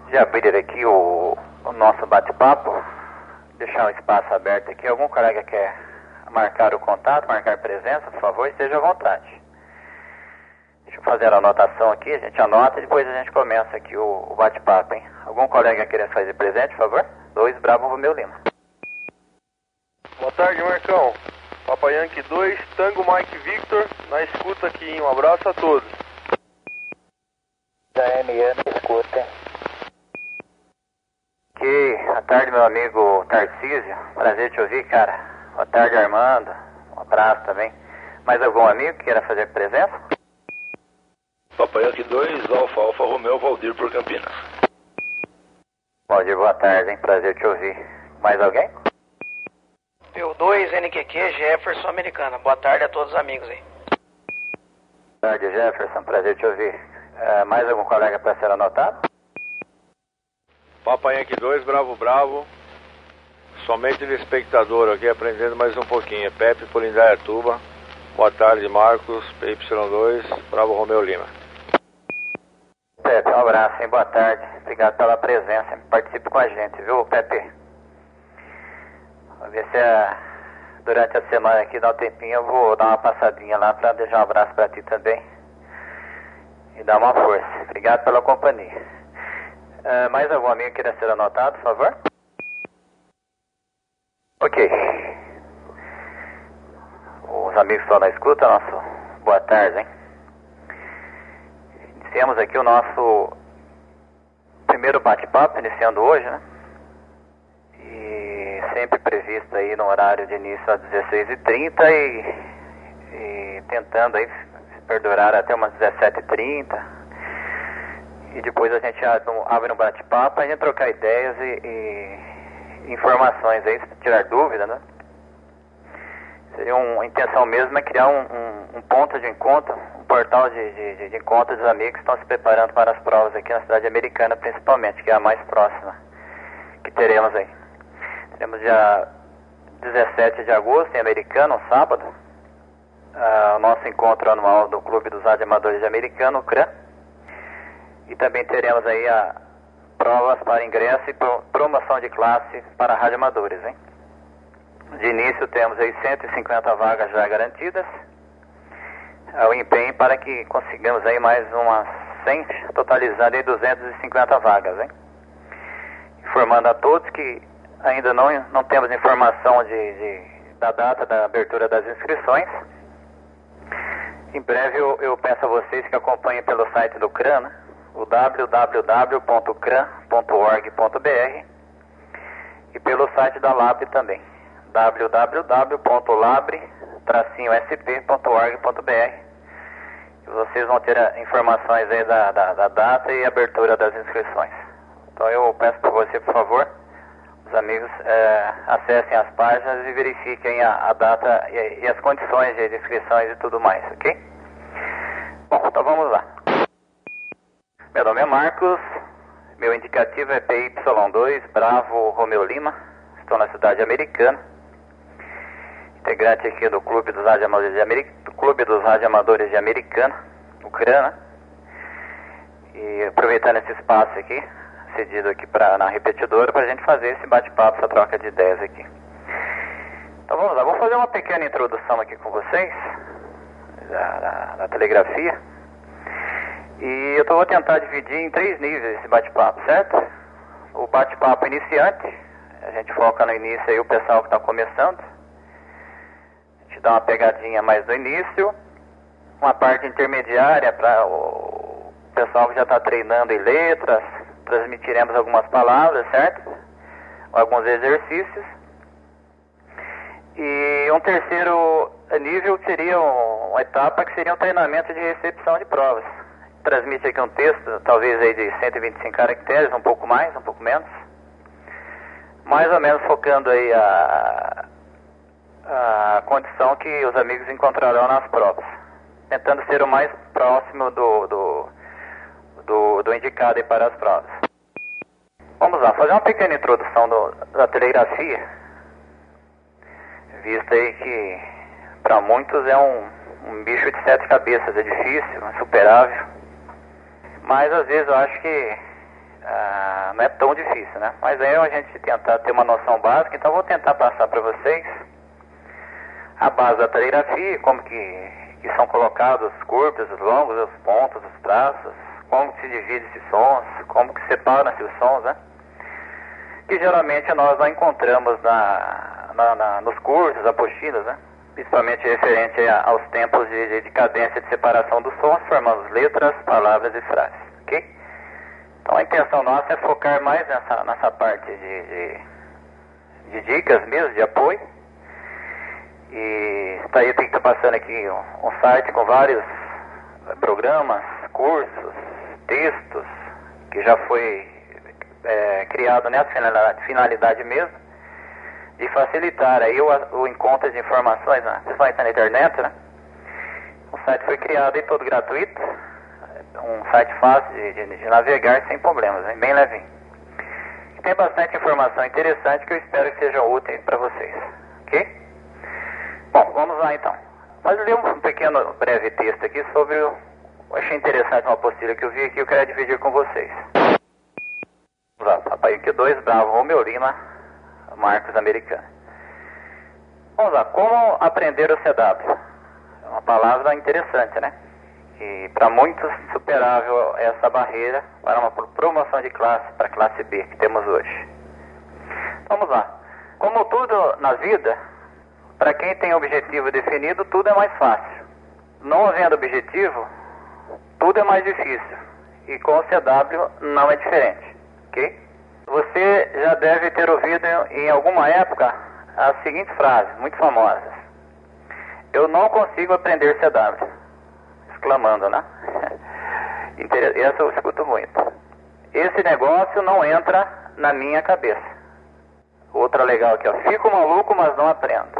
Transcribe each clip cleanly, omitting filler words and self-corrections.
de abrir aqui o nosso bate-papo, deixar um espaço aberto aqui. Algum colega quer marcar o contato, marcar presença, por favor, esteja à vontade. Deixa eu fazer a anotação aqui, a gente anota e depois a gente começa aqui o bate-papo, hein? Algum colega querer fazer presente, por favor? 2, Bravo Romeu Lima. Boa tarde, Marcão. Papa Yankee 2, Tango Mike Victor, na escuta aqui, um abraço a todos. Da MM, escuta. Ok, boa tarde, meu amigo Tarcísio, prazer te ouvir, cara. Boa tarde, Armando, um abraço também. Mais algum amigo que queira fazer presença? Papa Yankee 2, Alfa Romeu, Valdir por Campinas. Valdir, boa tarde, hein, prazer te ouvir. Mais alguém? Eu 2, NQQ, Jefferson Americana. Boa tarde a todos os amigos aí. Boa tarde, Jefferson, prazer te ouvir. Mais algum colega para ser anotado? Papa Yankee 2, Bravo. Somente de espectador aqui, aprendendo mais um pouquinho. Pepe por Indaiatuba. Boa tarde, Marcos, PY2, Bravo Romeu Lima. Pepe, um abraço, hein? Boa tarde. Obrigado pela presença. Participe com a gente, viu, Pepe? Vamos ver se durante a semana aqui, dá um tempinho, eu vou dar uma passadinha lá para deixar um abraço para ti também. E dar uma força. Obrigado pela companhia. Mais algum amigo queira ser anotado, por favor? Ok. Os amigos estão na escuta, nosso boa tarde, hein? Iniciamos aqui o nosso primeiro bate-papo, iniciando hoje, né? E sempre previsto aí no horário de início às 16h30 e tentando aí perdurar até umas 17h30. E depois a gente abre um bate-papo para a gente trocar ideias e informações aí, tirar dúvida, né? Seria uma intenção mesmo é criar um ponto de encontro, um portal de encontro dos amigos que estão se preparando para as provas aqui na cidade americana, principalmente, que é a mais próxima que teremos aí. Teremos dia 17 de agosto em Americana, um sábado, o nosso encontro anual do Clube dos Rádio Amadores de Americana, o CRAM. E também teremos aí provas para ingresso e promoção de classe para rádio amadores, hein? De início temos aí 150 vagas já garantidas. O empenho para que consigamos aí mais umas 100, totalizando aí 250 vagas, hein? Informando a todos que ainda não temos informação da data da abertura das inscrições. Em breve eu peço a vocês que acompanhem pelo site do CRAN, né? O www.cran.org.br e pelo site da LAB também, www.labre-sp.org.br. E vocês vão ter informações aí da data e abertura das inscrições. Então eu peço para você, por favor, os amigos acessem as páginas e verifiquem a data e as condições de inscrições e tudo mais, ok? Bom, então vamos lá. Meu nome é Marcos, meu indicativo é PY2, Bravo Romeu Lima, estou na cidade americana, integrante aqui do Clube dos Rádio Amadores de Americana, o CRAN, né? E aproveitando esse espaço aqui, cedido aqui na repetidora, para a gente fazer esse bate-papo, essa troca de ideias aqui. Então vamos lá, vou fazer uma pequena introdução aqui com vocês, da telegrafia. E eu vou tentar dividir em 3 níveis esse bate-papo, certo? O bate-papo iniciante, a gente foca no início aí o pessoal que está começando. A gente dá uma pegadinha mais no início. Uma parte intermediária para o pessoal que já está treinando em letras. Transmitiremos algumas palavras, certo? Alguns exercícios. E um terceiro nível seria uma etapa que seria um treinamento de recepção de provas. Transmite aqui um texto, talvez aí de 125 caracteres, um pouco mais, um pouco menos. Mais ou menos focando aí a condição que os amigos encontrarão nas provas. Tentando ser o mais próximo do indicado aí para as provas. Vamos lá, fazer uma pequena introdução da telegrafia. Visto aí que para muitos é um bicho de 7 cabeças, é difícil, insuperável. Mas às vezes eu acho que não é tão difícil, né? Mas aí a gente tentar ter uma noção básica, então eu vou tentar passar para vocês a base da telegrafia, como que são colocados os curtos, os longos, os pontos, os traços, como que se divide esses sons, como que separam-se os sons, né? Que geralmente nós não encontramos nos cursos, apostilas, né? Principalmente referente aos tempos de cadência de separação dos sons, formando letras, palavras e frases, ok? Então a intenção nossa é focar mais nessa parte de dicas mesmo, de apoio. E está aí, tem que estar passando aqui um site com vários programas, cursos, textos, que já foi criado nessa finalidade mesmo, de facilitar aí o encontro de informações, né? Principalmente na internet, né? O site foi criado e todo gratuito, um site fácil de navegar sem problemas, hein? Bem levinho. E tem bastante informação interessante que eu espero que sejam úteis para vocês, ok? Bom, vamos lá então. Mas eu li um pequeno breve texto aqui sobre eu achei interessante uma apostila que eu vi aqui, eu quero dividir com vocês. Vamos lá, Papai Yankee 2, Bravo, Romeo Lima, Marcos Americano. Vamos lá, como aprender o CW? É uma palavra interessante, né? E para muitos superável essa barreira para uma promoção de classe, para a classe B que temos hoje. Vamos lá. Como tudo na vida, para quem tem objetivo definido, tudo é mais fácil. Não havendo objetivo, tudo é mais difícil. E com o CW não é diferente, ok? Você já deve ter ouvido em alguma época as seguintes frases, muito famosas. Eu não consigo aprender CW. Exclamando, né? Essa eu escuto muito. Esse negócio não entra na minha cabeça. Outra legal aqui, ó. Fico maluco, mas não aprendo.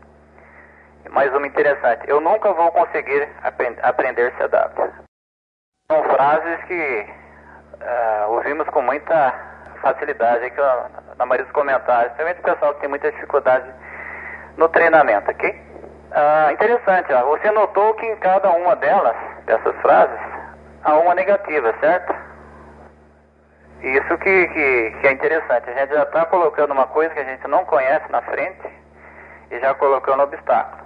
Mais uma interessante. Eu nunca vou conseguir aprender CW. São frases que ouvimos com muita facilidade aqui na maioria dos comentários. Principalmente o pessoal que tem muita dificuldade no treinamento, ok? Interessante, ó. Você notou que em cada uma dessas frases, há uma negativa, certo? Isso que é interessante. A gente já está colocando uma coisa que a gente não conhece na frente e já colocando obstáculo.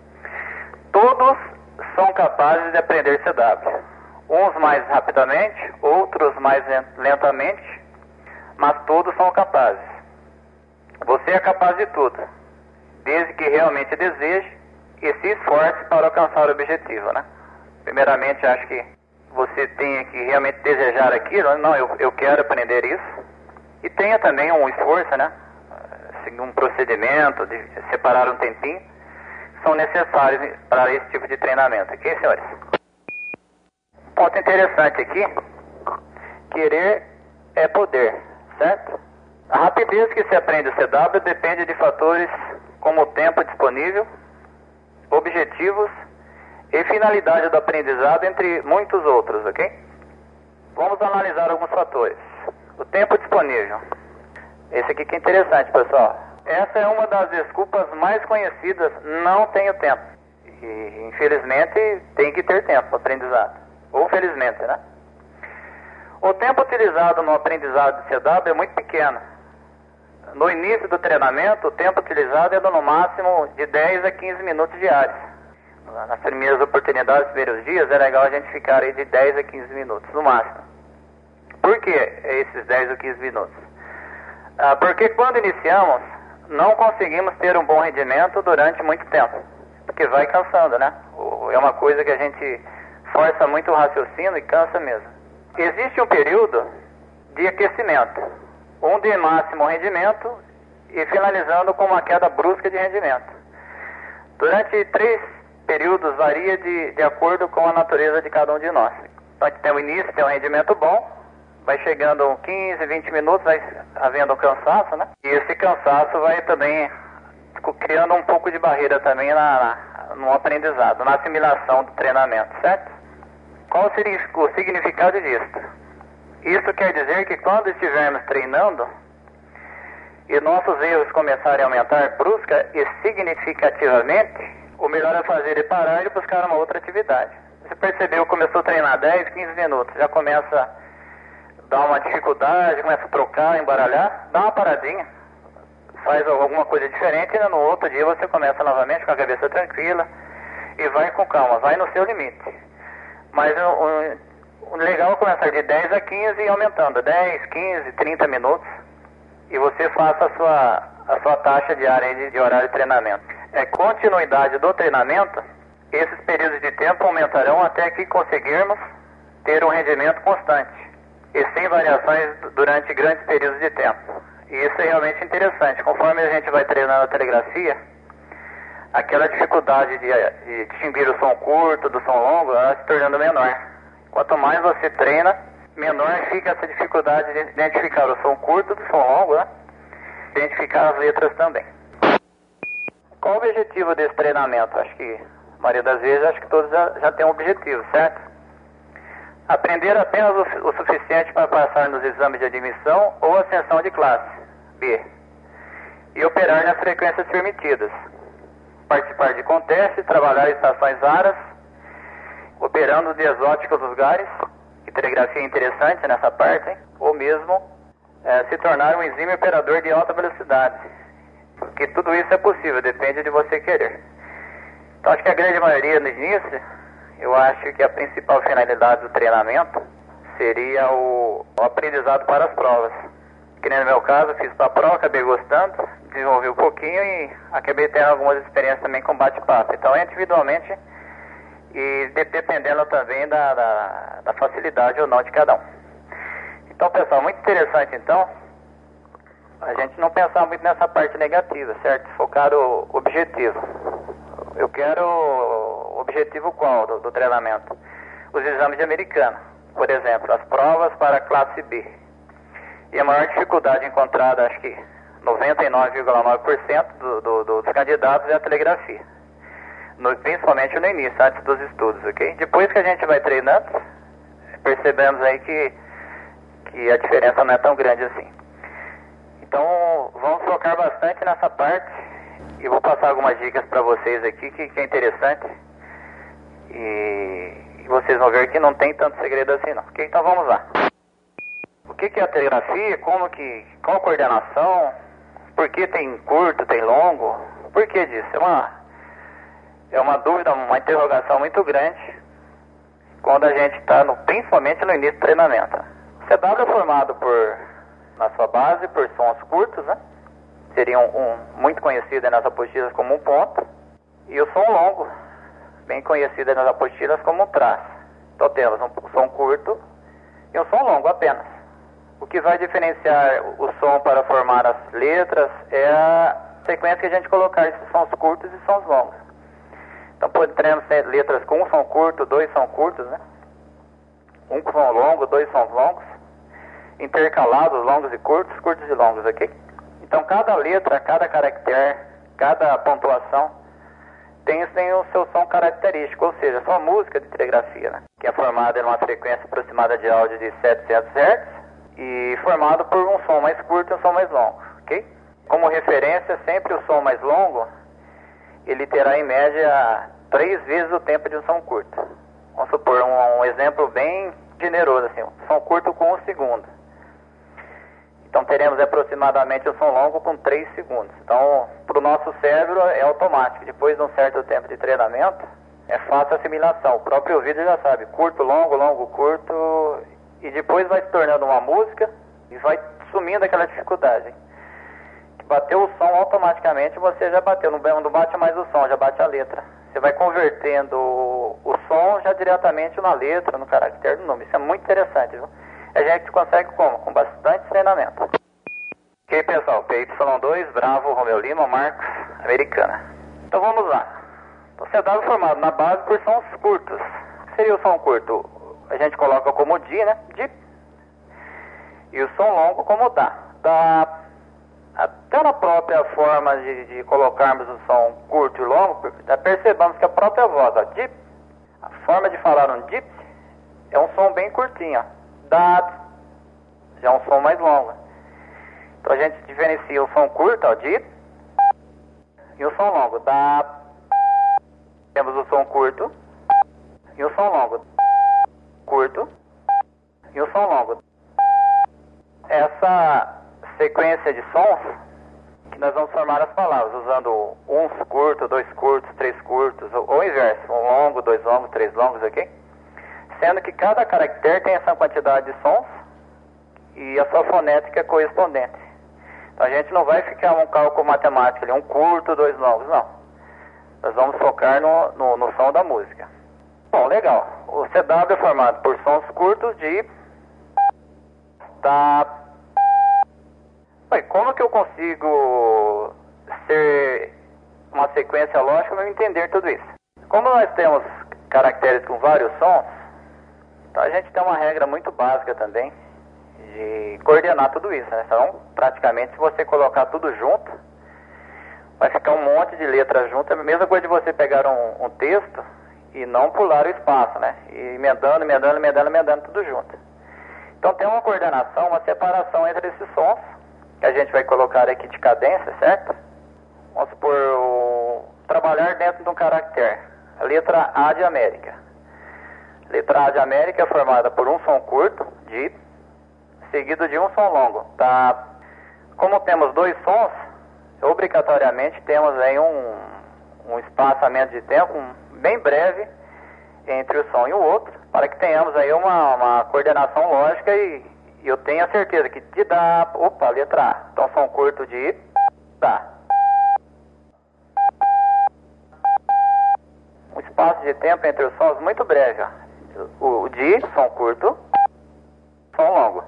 Todos são capazes de aprender CW. Uns mais rapidamente, outros mais lentamente, mas todos são capazes. Você é capaz de tudo, desde que realmente deseje e se esforce para alcançar o objetivo, né? Primeiramente, acho que você tem que realmente desejar aquilo. Não, eu quero aprender isso. E tenha também um esforço, né? Um procedimento, de separar um tempinho, são necessários para esse tipo de treinamento, ok, senhores? Ponto interessante aqui, querer é poder, certo? A rapidez que se aprende o CW depende de fatores como o tempo disponível, objetivos e finalidade do aprendizado, entre muitos outros, ok? Vamos analisar alguns fatores. O tempo disponível. Esse aqui que é interessante, pessoal. Essa é uma das desculpas mais conhecidas, não tenho tempo. E, infelizmente, tem que ter tempo para aprendizado. Ou felizmente, né? O tempo utilizado no aprendizado de CW é muito pequeno. No início do treinamento, o tempo utilizado é no máximo de 10 a 15 minutos diários. Nas primeiras oportunidades, nos primeiros dias, é legal a gente ficar aí de 10 a 15 minutos, no máximo. Por que esses 10 a 15 minutos? Porque quando iniciamos, não conseguimos ter um bom rendimento durante muito tempo. Porque vai cansando, né? É uma coisa que a gente força muito o raciocínio e cansa mesmo. Existe um período de aquecimento, um de máximo rendimento e finalizando com uma queda brusca de rendimento. Durante 3 períodos varia de acordo com a natureza de cada um de nós. Então a gente tem o início, tem um rendimento bom, vai chegando 15, 20 minutos, vai havendo um cansaço, né? E esse cansaço vai também criando um pouco de barreira também no aprendizado, na assimilação do treinamento, certo? Qual seria o significado disso? Isso quer dizer que quando estivermos treinando e nossos erros começarem a aumentar brusca e significativamente, o melhor a fazer é parar e buscar uma outra atividade. Você percebeu, começou a treinar 10, 15 minutos, já começa a dá uma dificuldade, começa a trocar, embaralhar, dá uma paradinha, faz alguma coisa diferente e no outro dia você começa novamente com a cabeça tranquila e vai com calma, vai no seu limite. Mas o legal é começar de 10 a 15 e aumentando, 10, 15, 30 minutos, e você faça a sua taxa diária de horário de treinamento. Continuidade do treinamento, esses períodos de tempo aumentarão até que conseguirmos ter um rendimento constante e sem variações durante grandes períodos de tempo. E isso é realmente interessante. Conforme a gente vai treinando a telegrafia, aquela dificuldade de distinguir o som curto do som longo, ela vai se tornando menor. Quanto mais você treina, menor fica essa dificuldade de identificar o som curto do som longo, né? Identificar as letras também. Qual o objetivo desse treinamento? Acho que, a maioria das vezes, acho que todos já têm um objetivo, certo? Aprender apenas o suficiente para passar nos exames de admissão ou ascensão de classe, B. E operar nas frequências permitidas. Participar de contestes, trabalhar em estações raras, operando de exóticos lugares, que telegrafia é interessante nessa parte, hein? Ou mesmo se tornar um exímio operador de alta velocidade. Porque tudo isso é possível, depende de você querer. Então acho que a grande maioria no início, eu acho que a principal finalidade do treinamento seria o aprendizado para as provas. Que nem no meu caso, fiz para a prova, acabei gostando, desenvolvi um pouquinho e acabei tendo algumas experiências também com bate-papo. Então individualmente e dependendo também da facilidade ou não de cada um. Então pessoal, muito interessante então, a gente não pensar muito nessa parte negativa, certo? Focar o objetivo. Eu quero o objetivo qual do treinamento? Os exames de americano, por exemplo, as provas para a classe B. E a maior dificuldade encontrada, acho que 99,9% dos candidatos é a telegrafia. Principalmente no início, antes dos estudos, ok? Depois que a gente vai treinando, percebemos aí que a diferença não é tão grande assim. Então, vamos focar bastante nessa parte e vou passar algumas dicas para vocês aqui que é interessante e vocês vão ver que não tem tanto segredo assim não, ok? Então vamos lá. O que é a telegrafia? Qual a coordenação? Por que tem curto, tem longo? Por que disso? É uma dúvida, uma interrogação muito grande quando a gente está principalmente no início do treinamento. O CW é formado na sua base por sons curtos, né? Seriam muito conhecido nas apostilas como um ponto, e o som longo, bem conhecido nas apostilas como um traço. Então temos um som curto e um som longo apenas. O que vai diferenciar o som para formar as letras é a sequência que a gente colocar esses sons curtos e sons longos. Então podemos ter letras com um som curto, dois sons curtos, né? Um som longo, dois sons longos, intercalados, longos e curtos, curtos e longos, ok? Então cada letra, cada caractere, cada pontuação tem o seu som característico, ou seja, a sua música de telegrafia, né? Que é formada em uma frequência aproximada de áudio de 700 Hz e formado por um som mais curto e um som mais longo, ok? Como referência, sempre o som mais longo, ele terá em média 3 vezes o tempo de um som curto. Vamos supor um exemplo bem generoso, assim, um som curto com 1 segundo. Então teremos aproximadamente o som longo com 3 segundos. Então, para o nosso cérebro é automático. Depois de um certo tempo de treinamento, é fácil a assimilação. O próprio ouvido já sabe, curto, longo, longo, curto. E depois vai se tornando uma música e vai sumindo aquela dificuldade. Bateu o som automaticamente, você já bateu. Não bate mais o som, já bate a letra. Você vai convertendo o som já diretamente na letra, no caractere do nome. Isso é muito interessante, viu? A gente consegue como? Com bastante treinamento. Ok, pessoal, PY2, Bravo, Romeu Lima, Marcos, Americana. Então vamos lá. O CW formado na base por sons curtos. O que seria o som curto? A gente coloca como Di, né? Di. E o som longo como Dá. Até na própria forma de colocarmos o som curto e longo, já percebamos que a própria voz, ó, Di, a forma de falar um Di, é um som bem curtinho, ó. Dá, já é um som mais longo. Então a gente diferencia o som curto, ó, Di, e o som longo, Dá. Temos o som curto e o som longo, curto e o som longo. essa sequência de sons que nós vamos formar as palavras, usando uns curtos, dois curtos, três curtos, ou inverso, um longo, dois longos, três longos, ok? Sendo que cada caractere tem essa quantidade de sons e a sua fonética correspondente. Então a gente não vai ficar um cálculo matemático ali, um curto, dois longos, não. Nós vamos focar no som da música. Bom, legal. O CW é formado por sons curtos de tá. Como que eu consigo ser uma sequência lógica para entender tudo isso? Como nós temos caracteres com vários sons, então a gente tem uma regra muito básica também de coordenar tudo isso, né? Então, praticamente, se você colocar tudo junto, vai ficar um monte de letras juntas. É a mesma coisa de você pegar um texto e não pular o espaço, né? E emendando tudo junto. Então tem uma coordenação, uma separação entre esses sons, que a gente vai colocar aqui de cadência, certo? Vamos supor, trabalhar dentro de um caractere. A letra A de América. A letra A de América é formada por um som curto, de, seguido de um som longo, tá? Como temos dois sons, obrigatoriamente temos aí um espaçamento de tempo bem breve entre o som e o outro, para que tenhamos aí uma coordenação lógica e eu tenho a certeza que de dar, letra A, então som curto de dá. Um espaço de tempo entre os sons muito breve, ó. O de, som curto, som longo.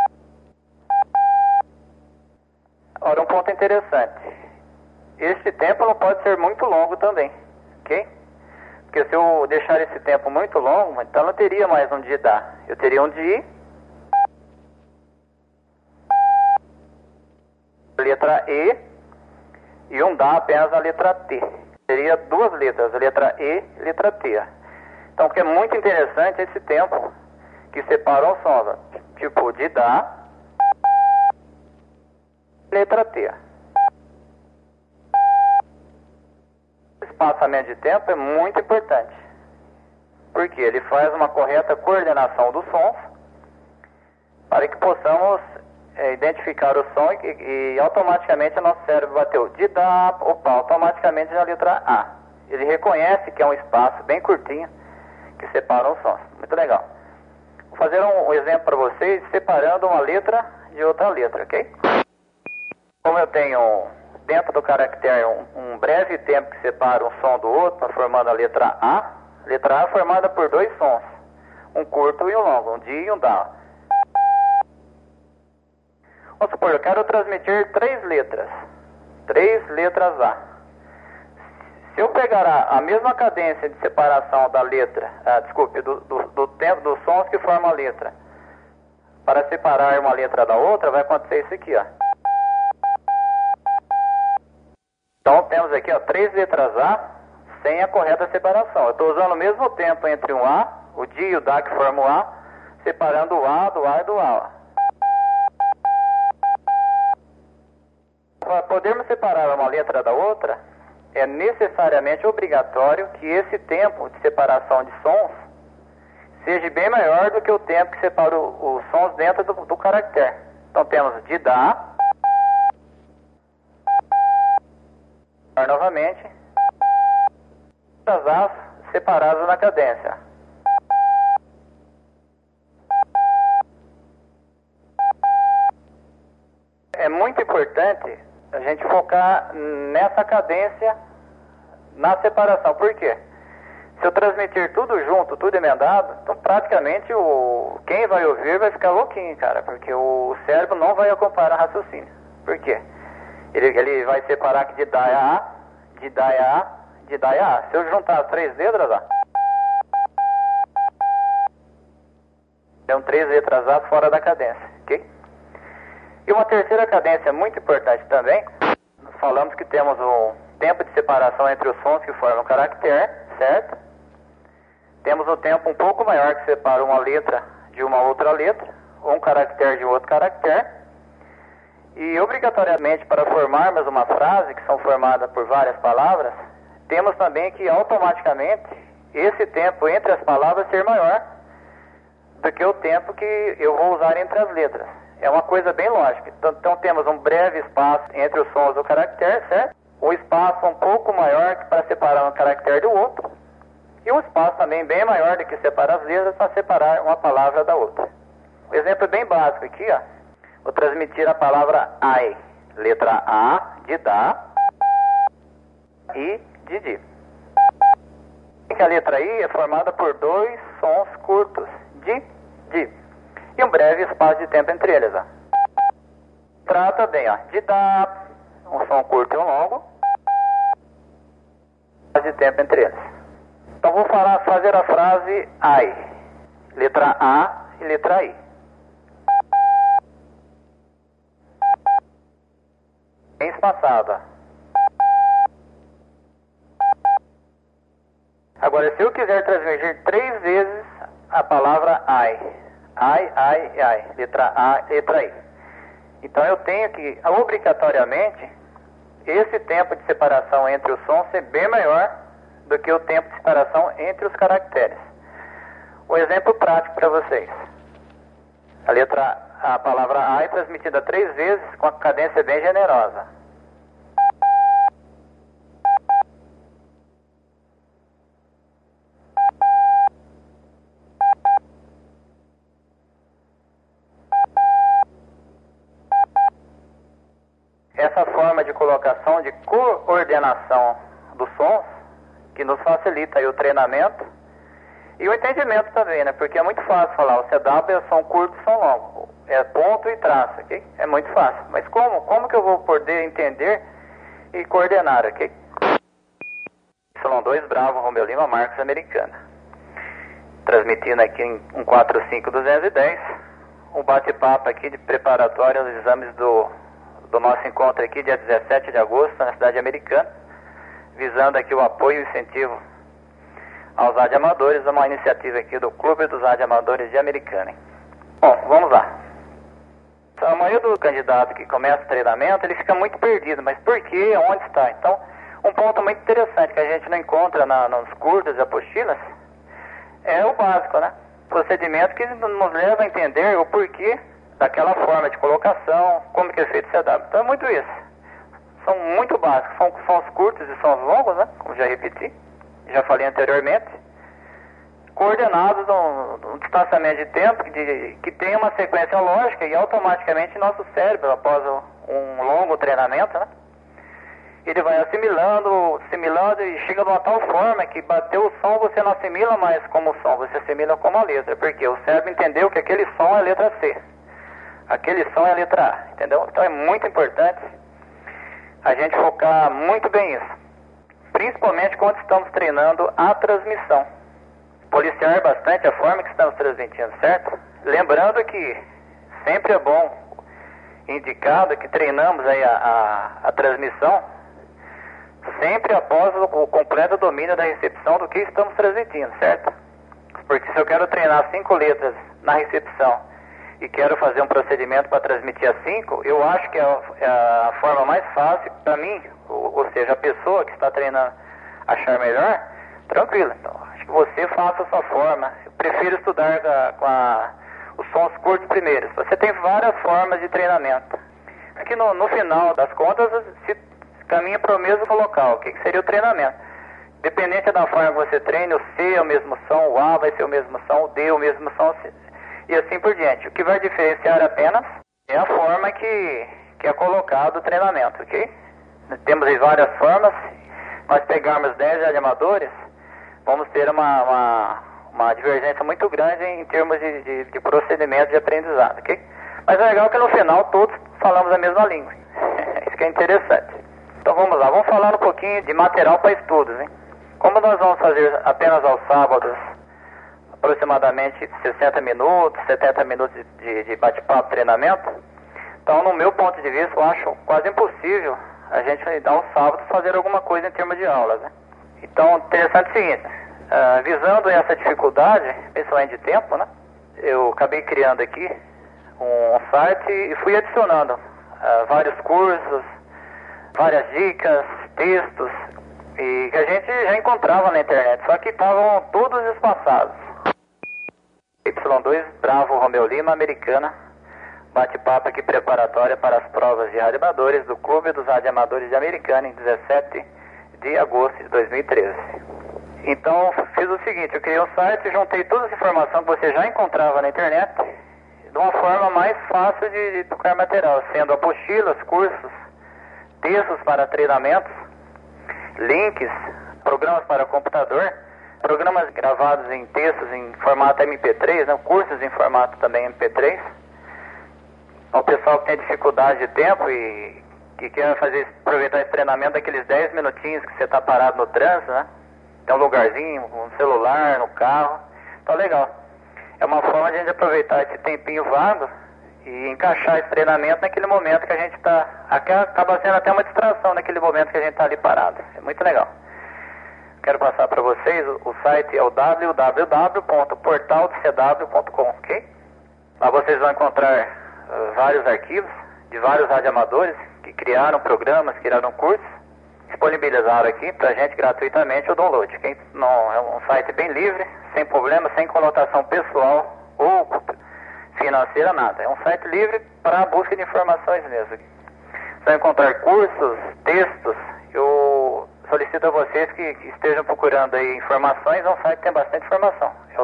Ora, um ponto interessante. Esse tempo não pode ser muito longo também, ok? Porque se eu deixar esse tempo muito longo, então não teria mais um de dá. Eu teria um de letra E e um dá apenas na letra T. Seria duas letras, a letra E e letra T. Então, o que é muito interessante é esse tempo que separa os sons, ó. Tipo de dá, letra T. O espaçamento de tempo é muito importante, porque ele faz uma correta coordenação dos sons para que possamos identificar o som e automaticamente o nosso cérebro bateu de dá, automaticamente na letra A. Ele reconhece que é um espaço bem curtinho que separa os sons. Muito legal. Vou fazer um exemplo para vocês, separando uma letra de outra letra, ok? Como eu tenho dentro do caractere um breve tempo que separa um som do outro, formando a letra A é formada por dois sons, um curto e um longo, um di e um dá. Vamos supor, eu quero transmitir três letras A. Se eu pegar a mesma cadência de separação da letra, do tempo dos sons que formam a letra, para separar uma letra da outra, vai acontecer isso aqui, ó. Então temos aqui, ó, três letras A sem a correta separação. Eu estou usando o mesmo tempo entre um A, o di e o dá que formam o A, separando o A do A e do A, ó. Para podermos separar uma letra da outra, é necessariamente obrigatório que esse tempo de separação de sons seja bem maior do que o tempo que separa os sons dentro do caractere. Então temos de dá, novamente, as As separadas na cadência. É muito importante a gente focar nessa cadência, na separação. Por quê? Se eu transmitir tudo junto, tudo emendado, então praticamente quem vai ouvir vai ficar louquinho, cara, porque o cérebro não vai acompanhar o raciocínio. Por quê? Ele vai separar que de dá é A, de dá é A, de dá é A. Se eu juntar as três letras, ó, são três letras A fora da cadência, ok? E uma terceira cadência muito importante também, nós falamos que temos um tempo de separação entre os sons que formam o caractere, certo? Temos um tempo um pouco maior que separa uma letra de uma outra letra, ou um caractere de outro caractere. E obrigatoriamente para formarmos uma frase, que são formadas por várias palavras, temos também que automaticamente esse tempo entre as palavras ser maior do que o tempo que eu vou usar entre as letras. É uma coisa bem lógica. Então temos um breve espaço entre os sons do caractere, certo? Um espaço um pouco maior para separar um caractere do outro. E um espaço também bem maior do que separa as letras para separar uma palavra da outra. Um exemplo bem básico aqui, ó. Vou transmitir a palavra I. Letra A de dá, I de di. A letra I é formada por dois sons curtos, di, di. E um breve espaço de tempo entre eles, ó. Trata bem, ó, de dá, um som curto e um longo, de tempo entre eles. Então vou fazer a frase I, letra A e letra I. Bem espaçada. Agora, se eu quiser transmitir 3 vezes a palavra I, letra A, letra I. Então eu tenho que, obrigatoriamente, esse tempo de separação entre os sons ser bem maior do que o tempo de separação entre os caracteres. Um exemplo prático para vocês. A palavra I é transmitida 3 vezes com a cadência bem generosa. Essa forma de colocação, de coordenação dos sons, que nos facilita aí o treinamento e o entendimento também, né? Porque é muito fácil falar, o CW é som curto e som longo, é ponto e traço, ok? É muito fácil. Mas como que eu vou poder entender e coordenar, ok? Y2 Bravo Romeo Lima Marcos Americana. Transmitindo aqui em 145-210, um bate-papo aqui de preparatório aos exames do nosso encontro aqui, dia 17 de agosto, na cidade americana, visando aqui o apoio e incentivo aos radioamadores, uma iniciativa aqui do Clube dos Radioamadores de Americana. Bom, vamos lá. A maioria do candidato que começa o treinamento, ele fica muito perdido, mas por quê? Onde está? Então, um ponto muito interessante que a gente não encontra nos cursos e apostilas é o básico, né? Procedimento que nos leva a entender o porquê daquela forma de colocação, como que é feito o CW. Então é muito isso. São muito básicos, são sons curtos e sons longos, né? Como já repeti, já falei anteriormente. Coordenados num distanciamento de tempo que tem uma sequência lógica e automaticamente nosso cérebro, após um longo treinamento, né? Ele vai assimilando e chega de uma tal forma que bateu o som, você não assimila mais como som, você assimila como a letra, porque o cérebro entendeu que aquele som é a letra C. Aquele som é a letra A, entendeu? Então é muito importante a gente focar muito bem nisso. Principalmente quando estamos treinando a transmissão. Policiar bastante a forma que estamos transmitindo, certo? Lembrando que sempre é bom, indicado que treinamos aí a transmissão sempre após o completo domínio da recepção do que estamos transmitindo, certo? Porque se eu quero treinar 5 letras na recepção e quero fazer um procedimento para transmitir as 5, eu acho que é a forma mais fácil para mim, ou seja, a pessoa que está treinando achar melhor, tranquilo. Então, acho que você faça a sua forma. Eu prefiro estudar os sons curtos primeiro. Você tem várias formas de treinamento. Aqui no final das contas, se caminha para o mesmo local, que seria o treinamento. Dependente da forma que você treine, o C é o mesmo som, o A vai ser o mesmo som, o D é o mesmo som, e assim por diante. O que vai diferenciar apenas é a forma que é colocado o treinamento, ok? Temos aí várias formas. Nós pegarmos 10 radioamadores, vamos ter uma divergência muito grande em termos de procedimento de aprendizado, ok? Mas é legal que no final todos falamos a mesma língua. Isso que é interessante. Então vamos lá, vamos falar um pouquinho de material para estudos, hein? Como nós vamos fazer apenas aos sábados, aproximadamente 60 minutos, 70 minutos de bate-papo, treinamento, então no meu ponto de vista eu acho quase impossível a gente aos sábados fazer alguma coisa em termos de aulas, né? Então, interessante é o seguinte, visando essa dificuldade, principalmente de tempo, né? Eu acabei criando aqui um site e fui adicionando vários cursos, várias dicas, textos, e que a gente já encontrava na internet, só que estavam todos espaçados. Y2 Bravo Romeo Lima Americana bate-papo aqui preparatório para as provas de radioamadores do Clube dos Radioamadores de Americana em 17 de agosto de 2013. Então, fiz o seguinte, eu criei um site, juntei todas as informações que você já encontrava na internet de uma forma mais fácil de tocar material, sendo apostilas, cursos, textos para treinamentos, links, programas para computador, programas gravados em textos em formato MP3, né? Cursos em formato também MP3. O pessoal que tem dificuldade de tempo e que quer aproveitar esse treinamento daqueles 10 minutinhos que você está parado no trânsito, né? Tem um lugarzinho, um celular, no carro. Então, legal. É uma forma de a gente aproveitar esse tempinho vago e encaixar esse treinamento naquele momento que a gente está... Acaba sendo até uma distração naquele momento que a gente está ali parado. É muito legal. Quero passar para vocês, o site é o www.portaldocw.com, ok? Lá vocês vão encontrar vários arquivos de vários radioamadores que criaram programas, criaram cursos, disponibilizaram aqui para a gente gratuitamente o download. Okay? Não, é um site bem livre, sem problema, sem conotação pessoal ou financeira, nada. É um site livre para a busca de informações mesmo. Vocês vão encontrar cursos, textos. Eu solicito a vocês que estejam procurando aí informações. É um site que tem bastante informação. É o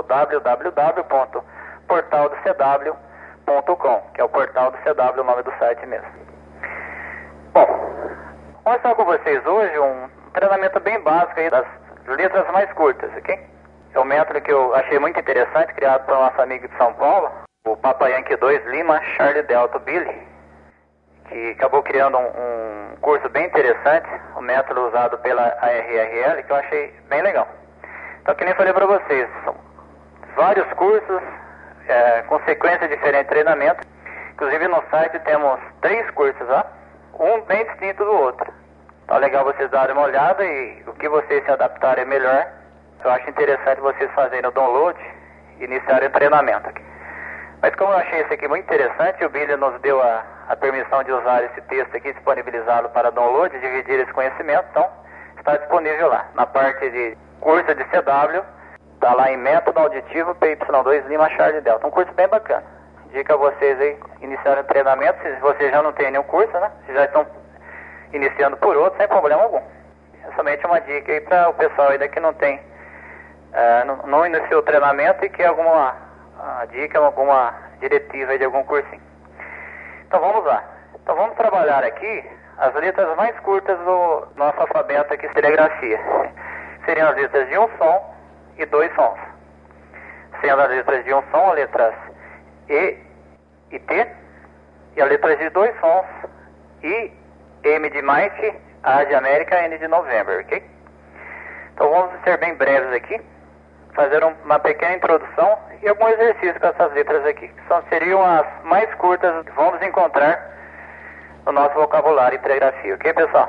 www.portaldocw.com, que é o Portal do CW, o nome do site mesmo. Bom, vou mostrar com vocês hoje um treinamento bem básico aí das letras mais curtas, ok? É um método que eu achei muito interessante, criado por nosso amigo de São Paulo, o Papa Yankee 2 Lima Charlie Delta Billy, que acabou criando um curso bem interessante, um método usado pela ARRL, que eu achei bem legal. Então, que nem falei para vocês, são vários cursos com sequência diferente de treinamento. Inclusive no site temos 3 cursos lá, um bem distinto do outro. Então é legal vocês darem uma olhada e o que vocês se adaptarem melhor, eu acho interessante vocês fazerem o download e iniciarem o treinamento aqui. Mas como eu achei isso aqui muito interessante, o Billy nos deu a permissão de usar esse texto aqui, disponibilizá-lo para download, dividir esse conhecimento, então está disponível lá. Na parte de curso de CW, está lá em Método Auditivo PY2 Lima Charlie Delta, um curso bem bacana. Dica a vocês aí iniciarem o treinamento, se vocês já não têm nenhum curso, né? Vocês já estão iniciando por outro, sem problema algum. É somente uma dica aí para o pessoal ainda que não tem, não iniciou o treinamento e quer alguma dica, alguma diretiva de algum cursinho. Então vamos lá. Então vamos trabalhar aqui as letras mais curtas do nosso alfabeto aqui, telegrafia. Seriam as letras de um som e 2 sons. Sendo as letras de um som, as letras E e T, e as letras de 2 sons, I, M de Mike, A de América, N de November, ok? Então vamos ser bem breves aqui, fazer uma pequena introdução e algum exercício com essas letras aqui, que seriam as mais curtas que vamos encontrar no nosso vocabulário em telegrafia, ok, pessoal?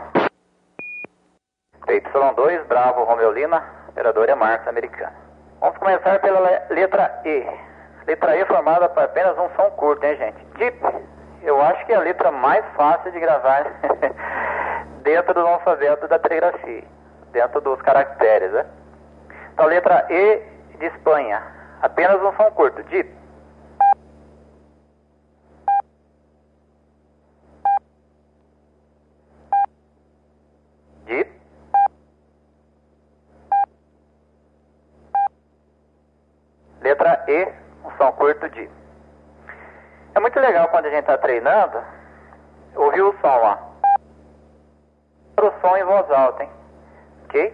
PY2, Bravo, Romeo Lima, operadora Marcos Americana. Vamos começar pela letra E. Letra E formada por apenas um som curto, hein, gente? Deep, eu acho que é a letra mais fácil de gravar dentro do alfabeto da telegrafia, dentro dos caracteres, né? Então, letra E de Espanha, apenas um som curto, deep. Deep. Letra E, um som curto, deep. É muito legal quando a gente está treinando, ouvir o som lá. O som em voz alta, hein? Ok?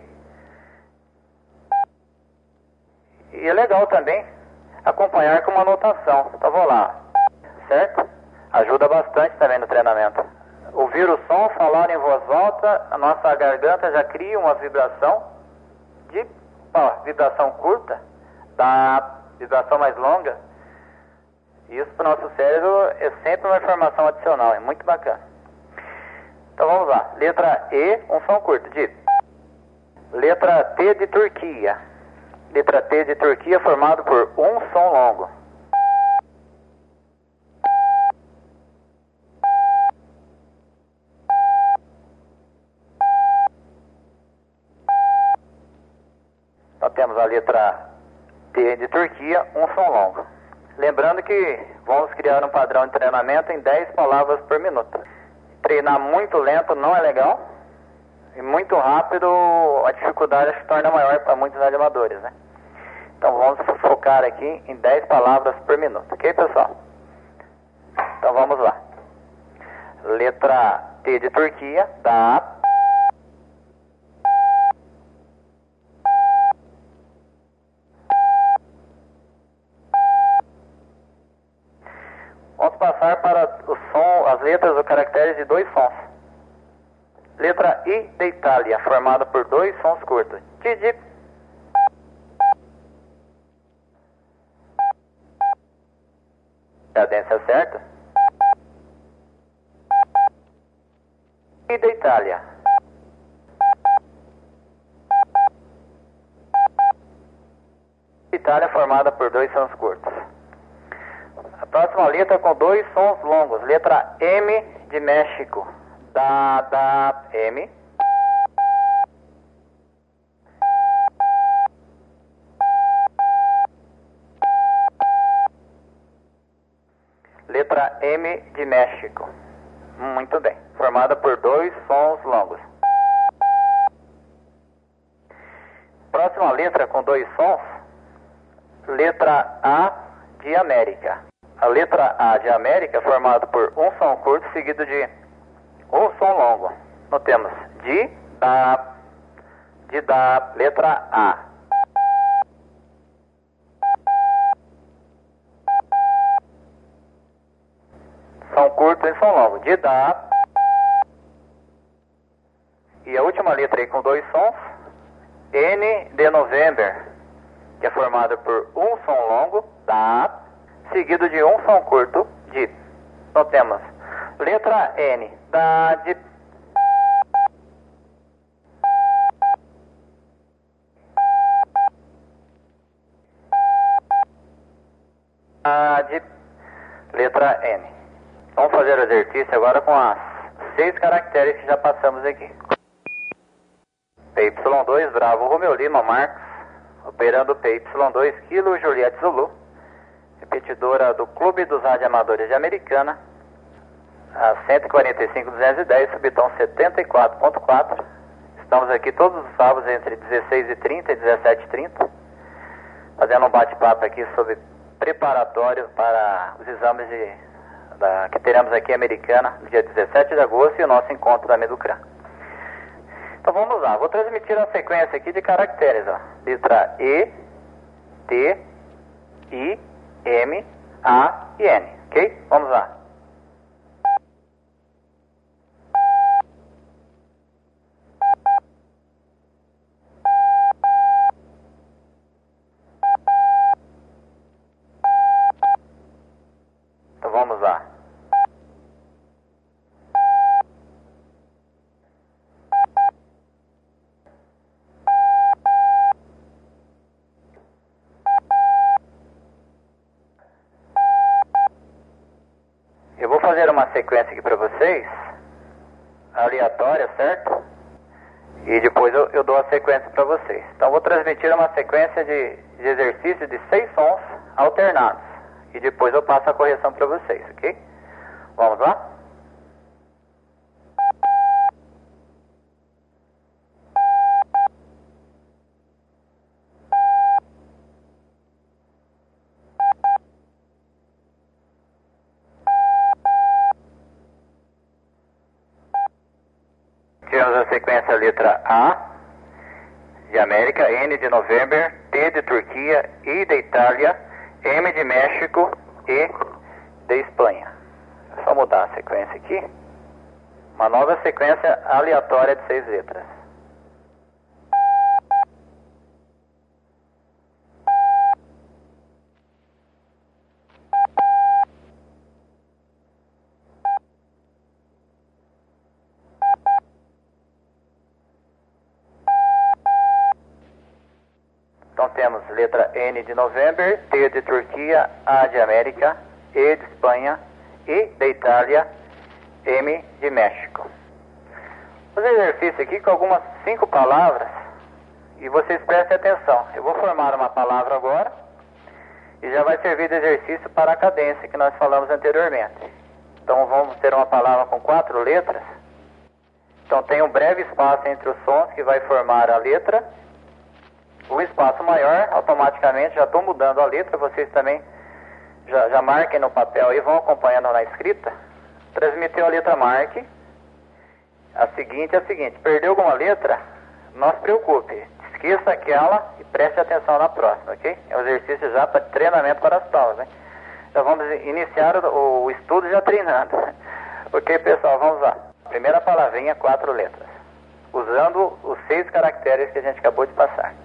E é legal também acompanhar com uma anotação. Então vou lá, certo? Ajuda bastante também no treinamento. Ouvir o som, falar em voz alta, a nossa garganta já cria uma vibração de vibração curta, da vibração mais longa. Isso para o nosso cérebro é sempre uma informação adicional, é muito bacana. Então vamos lá, letra E, um som curto, deep. Letra T de Turquia. Letra T de Turquia formado por um som longo. Então temos a letra T de Turquia, um som longo. Lembrando que vamos criar um padrão de treinamento em 10 palavras por minuto. Treinar muito lento não é legal. E muito rápido, a dificuldade se torna maior para muitos animadores, né? Então vamos focar aqui em 10 palavras por minuto, ok, pessoal? Então vamos lá. Letra T de Turquia, da. Vamos passar para o som, as letras ou caracteres de 2 sons. Letra I de Itália, formada por 2 sons curtos. Didi. Cadência certa. I de Itália. Itália formada por 2 sons curtos. A próxima letra com 2 sons longos. Letra M de México. Da, M. Letra M de México. Muito bem. Formada por 2 sons longos. Próxima letra com 2 sons. Letra A de América. A letra A de América é formada por um som curto seguido de um som longo. Notemos de da, letra A. Som curto e som longo. De da. E a última letra aí com 2 sons. N de November, que é formada por um som longo, da, seguido de um som curto, de. Notemos letra N, da, de. A, de. Letra N. Vamos fazer o exercício agora com as 6 caracteres que já passamos aqui. PY2, Bravo, Romeo Lima, Marcos, operando PY2, Kilo, Juliette Zulu, repetidora do Clube dos Radioamadores de Americana, a 145.210, subtom 74.4. Estamos aqui todos os sábados entre 16h30 e 17h30, fazendo um bate-papo aqui sobre preparatórios para os exames que teremos aqui em Americana, no dia 17 de agosto, e o nosso encontro da Meducran. Então vamos lá, vou transmitir a sequência aqui de caracteres, ó. Letra E, T, I, M, A e N, ok? Vamos lá. Então vamos lá. Eu vou fazer uma sequência aqui para vocês, aleatória, certo? E depois eu dou a sequência para vocês. Então vou transmitir uma sequência de exercícios de 6 sons alternados. E depois eu passo a correção para vocês, ok? Vamos lá? Tivemos a sequência letra A de América, N de November, T de Turquia, I de Itália, M de México e de Espanha. É só mudar a sequência aqui. Uma nova sequência aleatória de 6 letras. Então temos letra N de November, T de Turquia, A de América, E de Espanha, I de Itália, M de México. Vou fazer exercício aqui com algumas 5 palavras e vocês prestem atenção. Eu vou formar uma palavra agora e já vai servir de exercício para a cadência que nós falamos anteriormente. Então vamos ter uma palavra com 4 letras. Então tem um breve espaço entre os sons que vai formar a letra. O espaço maior, automaticamente já estou mudando a letra, vocês também já marquem no papel e vão acompanhando na escrita. Transmitiu a letra, marque. A seguinte é a seguinte: perdeu alguma letra? Não se preocupe, esqueça aquela e preste atenção na próxima, ok? É um exercício já para treinamento para as provas, hein? Já vamos iniciar o estudo já treinando. Ok, pessoal, vamos lá. Primeira palavrinha, 4 letras, usando os 6 caracteres que a gente acabou de passar.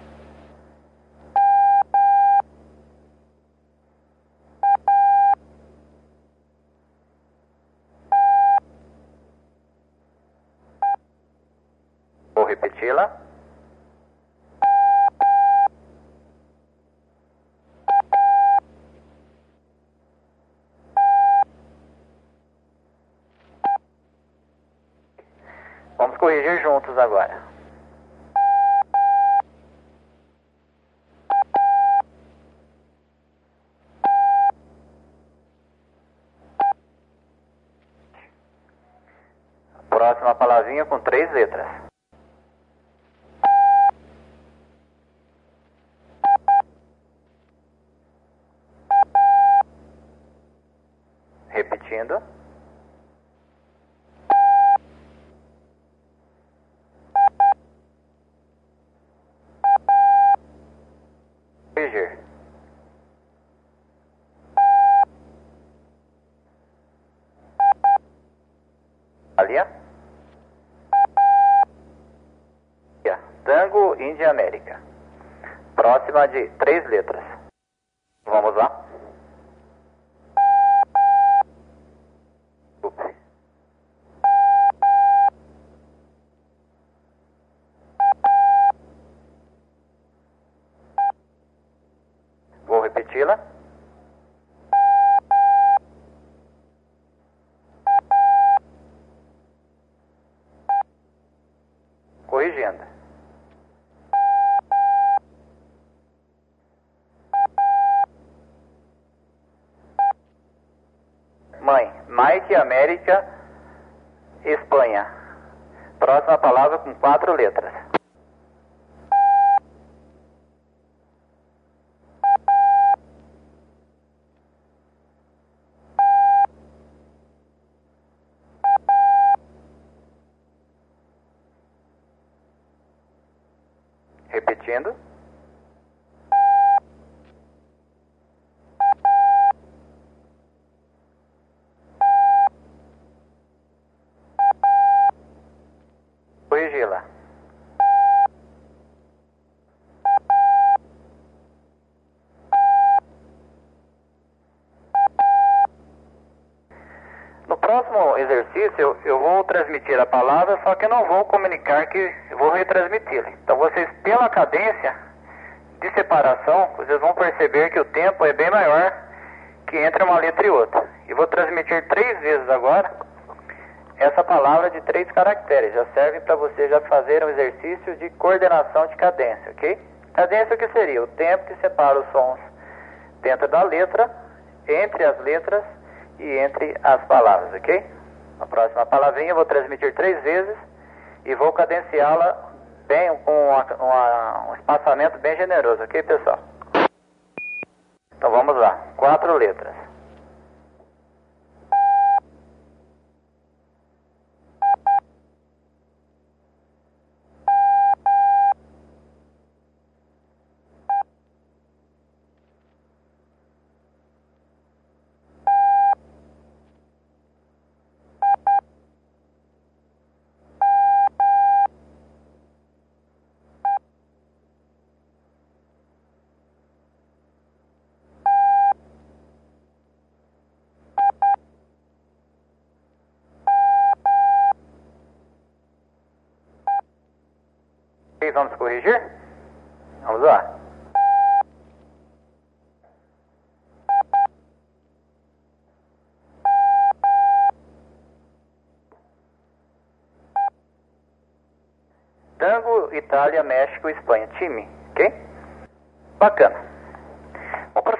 Vou repeti-la. Vamos corrigir juntos agora. Próxima palavrinha com 3 letras. Repetindo. Corrigir. Ali. Tango, Índia, América. Próxima de 3 letras. Vamos lá. Vou repeti-la. Corrigindo. Mãe, Mike, América, Espanha. Próxima palavra com 4 letras. Repetindo. Corrigi-la. No próximo exercício eu vou transmitir a palavra, só que eu não vou comunicar que vou retransmiti-la. Então vocês, pela cadência de separação, vocês vão perceber que o tempo é bem maior que entre uma letra e outra. E vou transmitir 3 vezes agora essa palavra de 3 caracteres. Já serve para vocês já fazerem um exercício de coordenação de cadência, ok? Cadência, o que seria? O tempo que separa os sons dentro da letra, entre as letras e entre as palavras, ok? A próxima palavrinha eu vou transmitir 3 vezes e vou cadenciá-la bem, com um espaçamento bem generoso, ok, pessoal? Então vamos lá, 4 letras. Ok, vamos corrigir? Vamos lá. Tango, Itália, México, Espanha. Time, ok? Bacana. Bom, para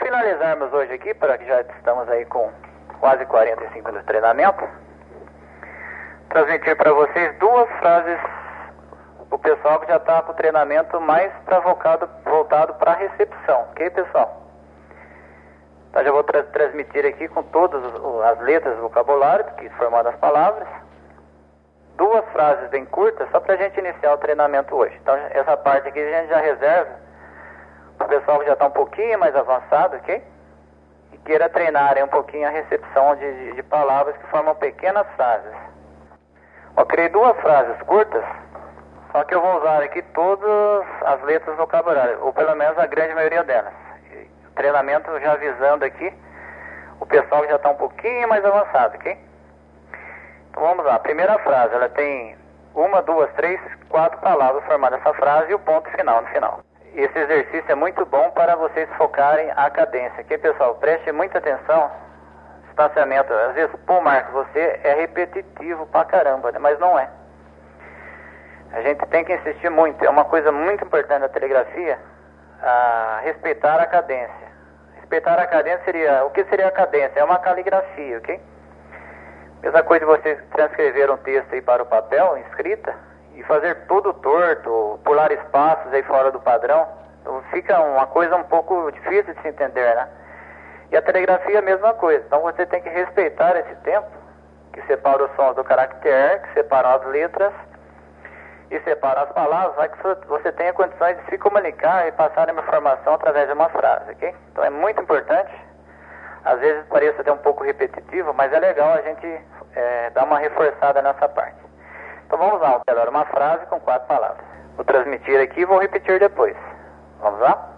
finalizarmos hoje aqui, para que já estamos aí com quase 45 minutos de treinamento, transmitir para vocês duas frases, o pessoal que já está com o treinamento mais voltado para a recepção, ok, pessoal? Então já vou transmitir aqui com todas as letras do vocabulário, que formando as palavras, duas frases bem curtas, só para a gente iniciar o treinamento hoje. Então essa parte aqui a gente já reserva para o pessoal que já está um pouquinho mais avançado, ok? E queira treinar um pouquinho a recepção de palavras que formam pequenas frases. Eu criei duas frases curtas, só que eu vou usar aqui todas as letras do vocabulário, ou pelo menos a grande maioria delas. O treinamento já avisando aqui o pessoal que já está um pouquinho mais avançado, ok? Então vamos lá, a primeira frase, ela tem 1, 2, 3, 4 palavras formando essa frase e o ponto final no final. Esse exercício é muito bom para vocês focarem a cadência, ok, pessoal? Preste muita atenção. Distanciamento, às vezes, pô, Marcos, você é repetitivo pra caramba, né? Mas não é. A gente tem que insistir muito, é uma coisa muito importante da telegrafia, respeitar a cadência. Respeitar a cadência seria, o que seria a cadência? É uma caligrafia, ok? Mesma coisa de vocês transcrever um texto aí para o papel, escrita, e fazer tudo torto, pular espaços aí fora do padrão, então fica uma coisa um pouco difícil de se entender, né? E a telegrafia é a mesma coisa, então você tem que respeitar esse tempo, que separa os sons do caractere, que separam as letras, e separa as palavras, para que você tenha condições de se comunicar e passar uma informação através de uma frase, ok? Então é muito importante, às vezes parece até um pouco repetitivo, mas é legal a gente dar uma reforçada nessa parte. Então vamos lá, agora uma frase com 4 palavras. Vou transmitir aqui e vou repetir depois. Vamos lá?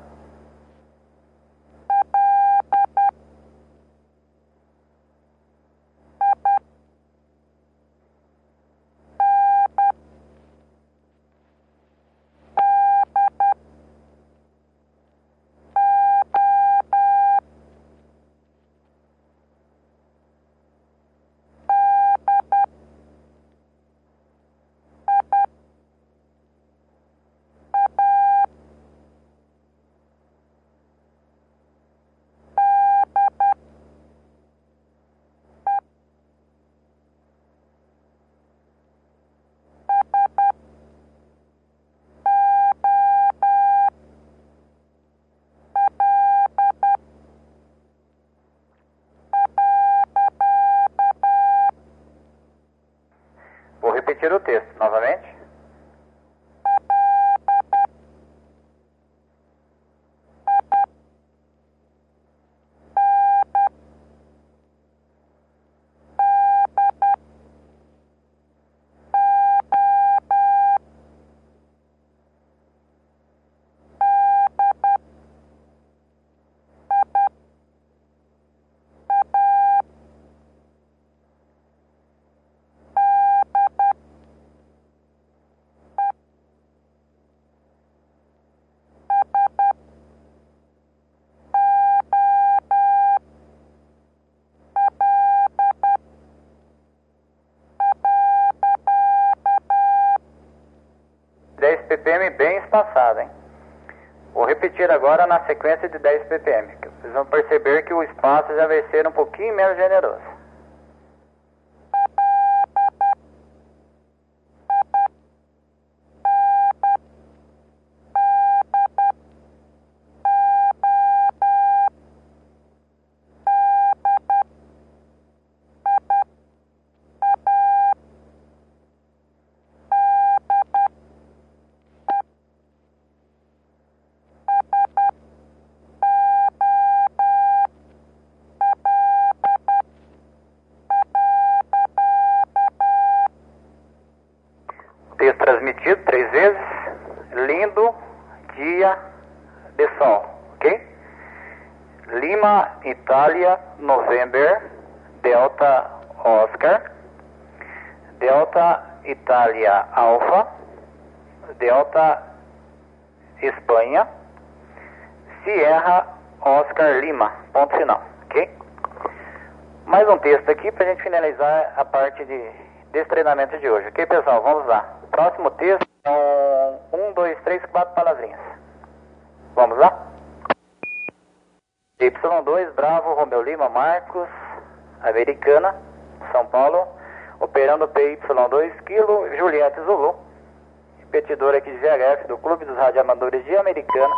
Vou repetir o texto novamente. ppm bem espaçado, hein? Vou repetir agora na sequência de 10 ppm. Vocês vão perceber que o espaço já vai ser um pouquinho menos generoso. Texto transmitido 3 vezes. Lindo dia de sol, ok? Lima, Itália, November, Delta, Oscar, Delta, Itália, Alfa, Delta, Espanha, Sierra, Oscar, Lima, ponto final, ok? Mais um texto aqui para a gente finalizar a parte desse treinamento de hoje, ok, pessoal? Vamos lá. Próximo texto são 1, 2, 3, 4 palavrinhas. Vamos lá? Y2, Bravo, Romeu Lima, Marcos, Americana, São Paulo, operando PY2, Kilo, Juliette Zulu, repetidor aqui de VHF do Clube dos Radioamadores de Americana.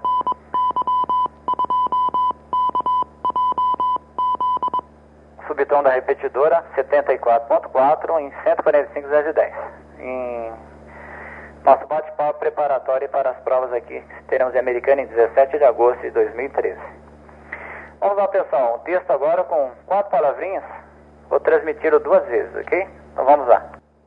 Subtom da repetidora 74.4 em 145.210. Em nosso bate-papo preparatório para as provas aqui que teremos em Americana em 17 de agosto de 2013. Vamos lá, pessoal. O texto agora com 4 palavrinhas. Vou transmiti-lo 2 vezes, ok? Então vamos lá.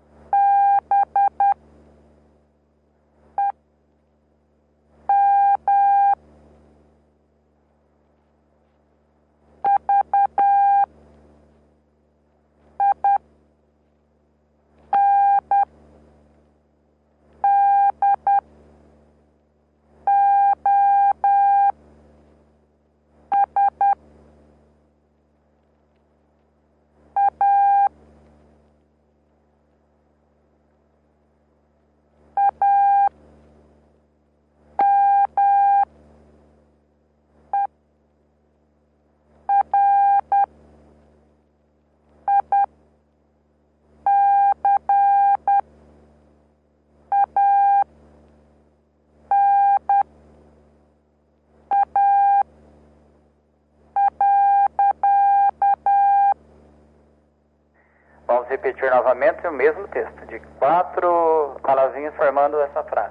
Vamos repetir novamente o mesmo texto, de 4 palavrinhas formando essa frase.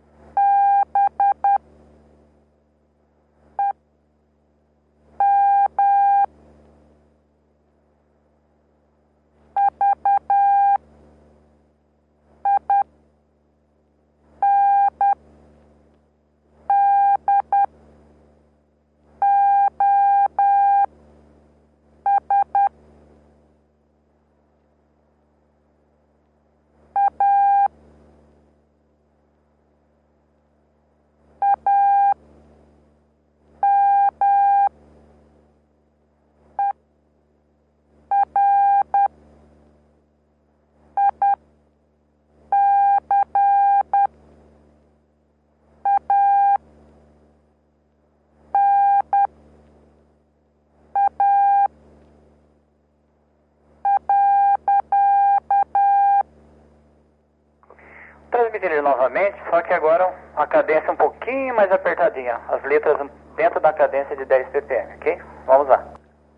Transmitir novamente, só que agora a cadência um pouquinho mais apertadinha, as letras dentro da cadência de 10 ppm, ok? Vamos lá.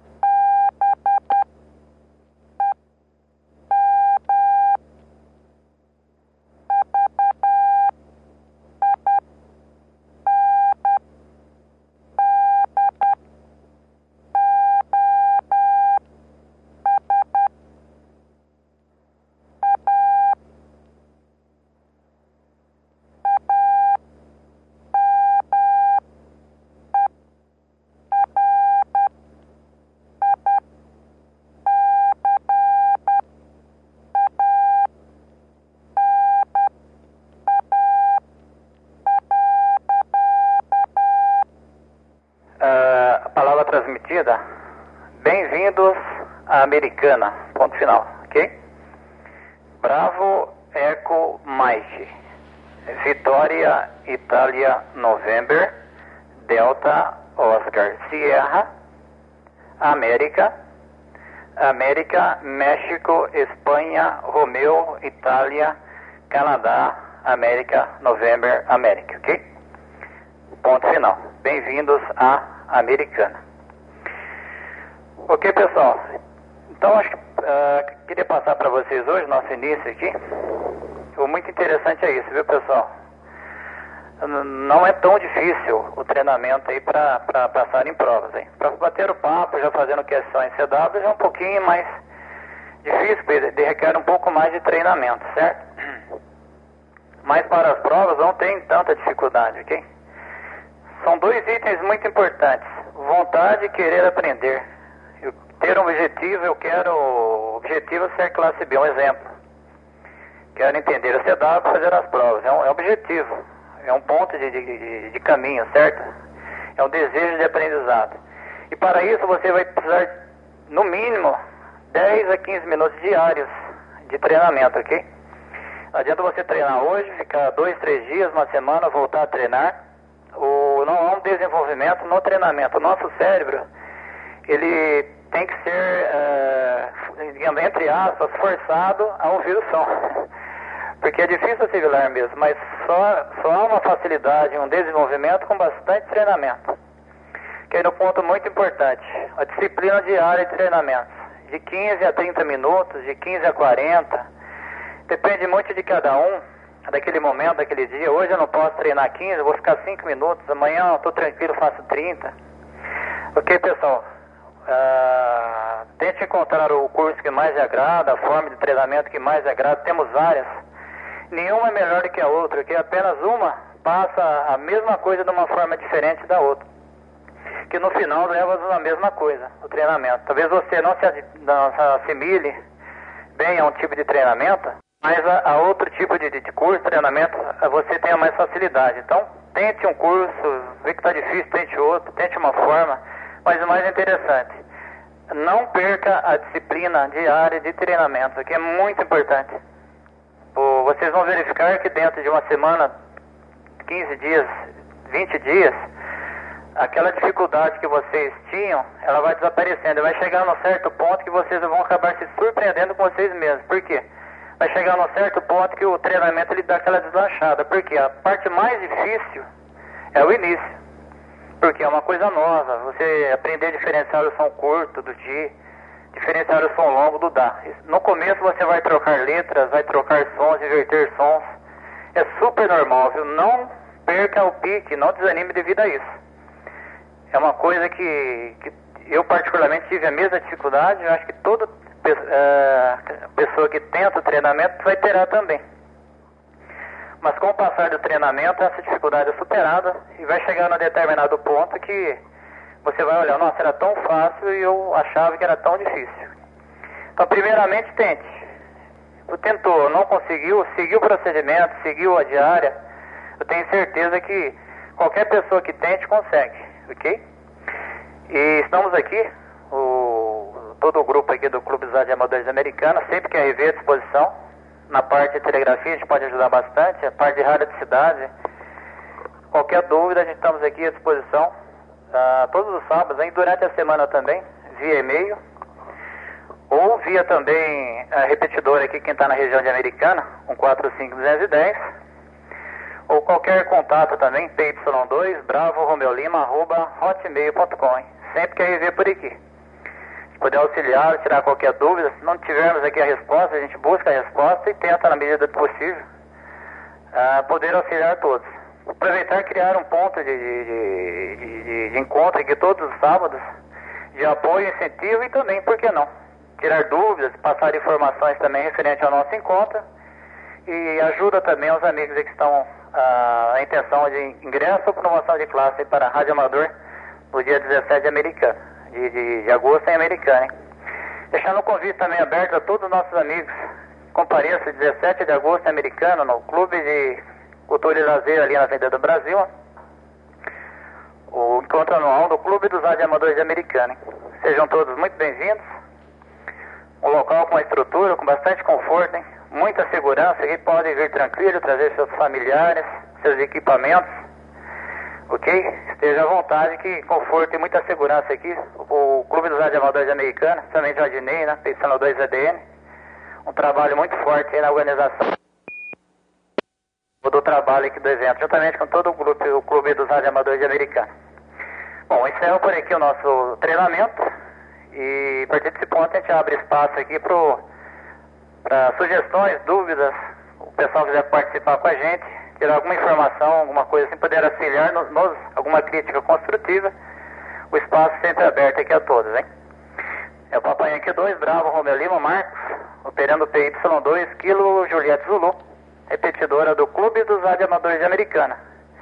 A palavra transmitida, bem-vindos à Americana, ponto final, ok? Bravo, Eco, Mike, Vitória, Itália, November, Delta, Oscar, Sierra, América, México, Espanha, Romeu, Itália, Canadá, América, November, América, ok? Ponto final. Bem-vindos à Americana. Ok, pessoal. Então, acho que queria passar para vocês hoje, nosso início aqui. O muito interessante é isso, viu, pessoal? Não é tão difícil o treinamento aí para passar em provas, hein? Para bater o papo, já fazendo questões CW, já é um pouquinho mais difícil, porque requer um pouco mais de treinamento, certo? Mas para as provas não tem tanta dificuldade, ok? São 2 itens muito importantes: vontade e querer aprender. Eu ter um objetivo, eu quero o objetivo ser classe B, um exemplo. Quero entender o CW para fazer as provas. É um objetivo, é um ponto de caminho, certo? É um desejo de aprendizado. E para isso você vai precisar, no mínimo, 10 a 15 minutos diários de treinamento, ok? Não adianta você treinar hoje, ficar 2, 3 dias, uma semana, voltar a treinar. Não há não desenvolvimento no treinamento. O nosso cérebro, ele tem que ser, digamos, entre aspas, forçado a ouvir o som. Porque é difícil assimilar mesmo, mas só há uma facilidade, um desenvolvimento com bastante treinamento. Que é no ponto muito importante, a disciplina diária de treinamentos. De 15 a 30 minutos, de 15 a 40. Depende muito de cada um, daquele momento, daquele dia. Hoje eu não posso treinar 15, eu vou ficar 5 minutos. Amanhã eu estou tranquilo, faço 30. Ok, pessoal? Tente encontrar o curso que mais lhe agrada, a forma de treinamento que mais lhe agrada. Temos várias. Nenhuma é melhor do que a outra, porque apenas uma passa a mesma coisa de uma forma diferente da outra. Que no final leva a mesma coisa, o treinamento. Talvez você não se assimile bem a um tipo de treinamento, mas a outro tipo de curso, treinamento, você tenha mais facilidade. Então, tente um curso, vê que está difícil, tente outro, tente uma forma. Mas o mais interessante, não perca a disciplina diária de treinamento, que é muito importante. Vocês vão verificar que dentro de uma semana, 15 dias, 20 dias, aquela dificuldade que vocês tinham, ela vai desaparecendo. Vai chegar num certo ponto que vocês vão acabar se surpreendendo com vocês mesmos. Por quê? Vai chegar num certo ponto que o treinamento ele dá aquela deslanchada. Porque a parte mais difícil é o início. Porque é uma coisa nova. Você aprender a diferenciar o som curto do di, diferenciar o som longo do dá. No começo você vai trocar letras, vai trocar sons, inverter sons. É super normal, viu? Não perca o pique, não desanime devido a isso. É uma coisa que eu particularmente tive a mesma dificuldade. Eu acho que toda pessoa que tenta o treinamento vai terá também. Mas com o passar do treinamento, essa dificuldade é superada e vai chegar num determinado ponto que você vai olhar, nossa, era tão fácil e eu achava que era tão difícil. Então, primeiramente, tente. Tentou, não conseguiu, seguiu o procedimento, seguiu a diária. Eu tenho certeza que qualquer pessoa que tente consegue, ok? E estamos aqui, todo o grupo aqui do Clube dos Radioamadores Americanos, sempre que a RV à disposição. Na parte de telegrafia a gente pode ajudar bastante, a parte de rádio de cidade. Qualquer dúvida, a gente estamos aqui à disposição. Todos os sábados, hein, durante a semana também, via e-mail. Ou via também a repetidora aqui, quem está na região de Americana, 145-210. Ou qualquer contato também, PY2, Bravo Romeu Lima, @hotmail.com. Sempre que a RV por aqui. Se puder auxiliar, tirar qualquer dúvida, se não tivermos aqui a resposta, a gente busca a resposta e tenta, na medida do possível, poder auxiliar todos. Aproveitar e criar um ponto de encontro aqui todos os sábados, de apoio, incentivo e também, por que não, tirar dúvidas, passar informações também referente ao nosso encontro e ajuda também aos amigos que estão a intenção de ingresso ou promoção de classe para a Rádio Amador no dia 17 de Americana, de agosto em Americana, hein? Deixando o convite também aberto a todos os nossos amigos. Compareça 17 de agosto em Americana, no Clube de Cultura e Lazer ali na Avenida do Brasil. O encontro anual do Clube dos Radioamadores de Americana, hein? Sejam todos muito bem-vindos. Um local com estrutura, com bastante conforto, hein? Muita segurança, aqui podem vir tranquilo, trazer seus familiares, seus equipamentos, ok? Esteja à vontade, que conforto e muita segurança aqui. O Clube dos Radioamadores de Americana, também Jardinei, né? PY2 ADN, um trabalho muito forte aí na organização do trabalho aqui do evento, juntamente com todo o Clube dos Radioamadores de Americana. Bom, encerro por aqui o nosso treinamento e a partir desse ponto a gente abre espaço aqui para sugestões, dúvidas, o pessoal quiser participar com a gente, tirar alguma informação, alguma coisa assim, poder auxiliar alguma crítica construtiva, o espaço sempre aberto aqui a todos, hein? É o Papai Yankee 2, Bravo, Romeu Lima, Marcos, operando PY2, Kilo Juliette Zulu, repetidora do Clube dos Radioamadores de Americana,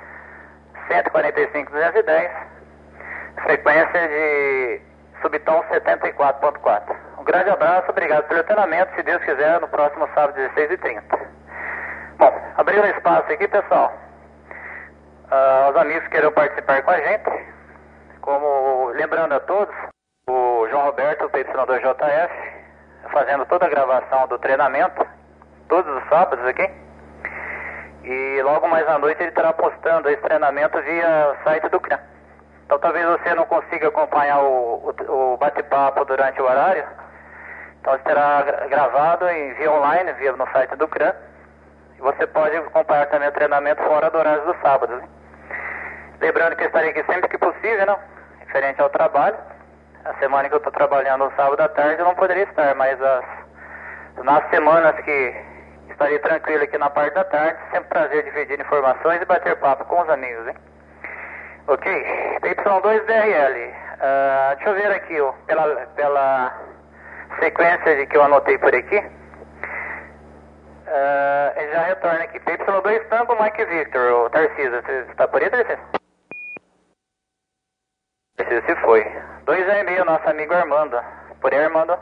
145-210, frequência de subtom 74.4. Um grande abraço, obrigado pelo treinamento, se Deus quiser, no próximo sábado, 16h30. Bom, abrindo espaço aqui, pessoal, os amigos que queiram participar com a gente, como lembrando a todos, o João Roberto, PY2JF, fazendo toda a gravação do treinamento, todos os sábados aqui, E logo mais à noite ele estará postando esse treinamento via site do CRAN. Então talvez você não consiga acompanhar o bate-papo durante o horário. Então será gravado via online, via no site do CRAN. E você pode acompanhar também o treinamento fora do horário do sábado. Né? Lembrando que eu estarei aqui sempre que possível, não? Referente ao trabalho. A semana que eu estou trabalhando no sábado à tarde eu não poderia estar, mas nas semanas que estarei tranquilo aqui na parte da tarde, sempre prazer dividir informações e bater papo com os amigos, hein? Ok, Y2DRL. Deixa eu ver aqui, pela sequência de que eu anotei por aqui. Ele já retorna aqui. Y2 Tango Mike Victor, o Tarcísio, você está por aí, Tarcísio? Tarcísio se foi. 2 nosso amigo Armando. Por aí, Armando?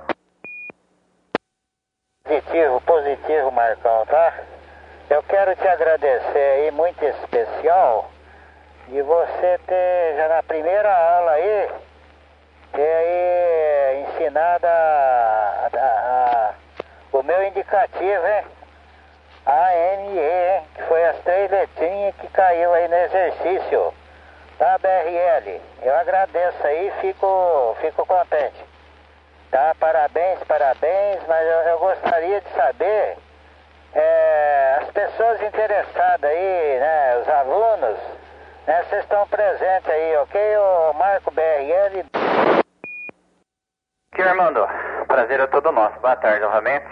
Positivo, Marcão, tá? Eu quero te agradecer aí, muito especial, de você ter, já na primeira aula aí, ter aí ensinado o meu indicativo, hein? ANE, hein? Que foi as 3 letrinhas que caiu aí no exercício, tá, BRL? Eu agradeço aí, fico contente. Tá, parabéns, mas eu gostaria de saber, as pessoas interessadas aí, né, os alunos, né, vocês estão presentes aí, ok, o Marco BRL? Aqui, Armando, prazer é todo nosso, boa tarde novamente.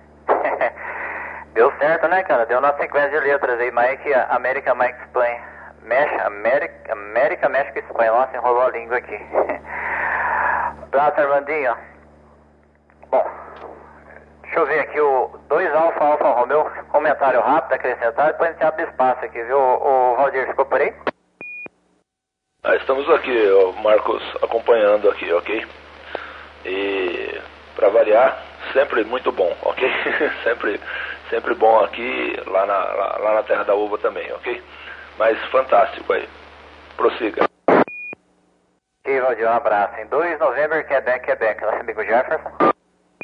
Deu certo, né, cara, deu nossa sequência de letras aí, Mike, América, Mike, Espanha, América, México, Espanha, nossa, enrolou a língua aqui. Abraço, Armandinho. Bom, deixa eu ver aqui o 2 Alfa Romeo, comentário rápido, acrescentar, depois a gente abre espaço aqui, viu? O Valdir, ficou por aí? Estamos aqui, Marcos, acompanhando aqui, ok? E, para variar, sempre muito bom, ok? sempre bom aqui, lá na Terra da Uva também, ok? Mas fantástico aí, prossiga. Ok, Valdir, um abraço. Em 2 de novembro, Quebec, nosso amigo Jefferson.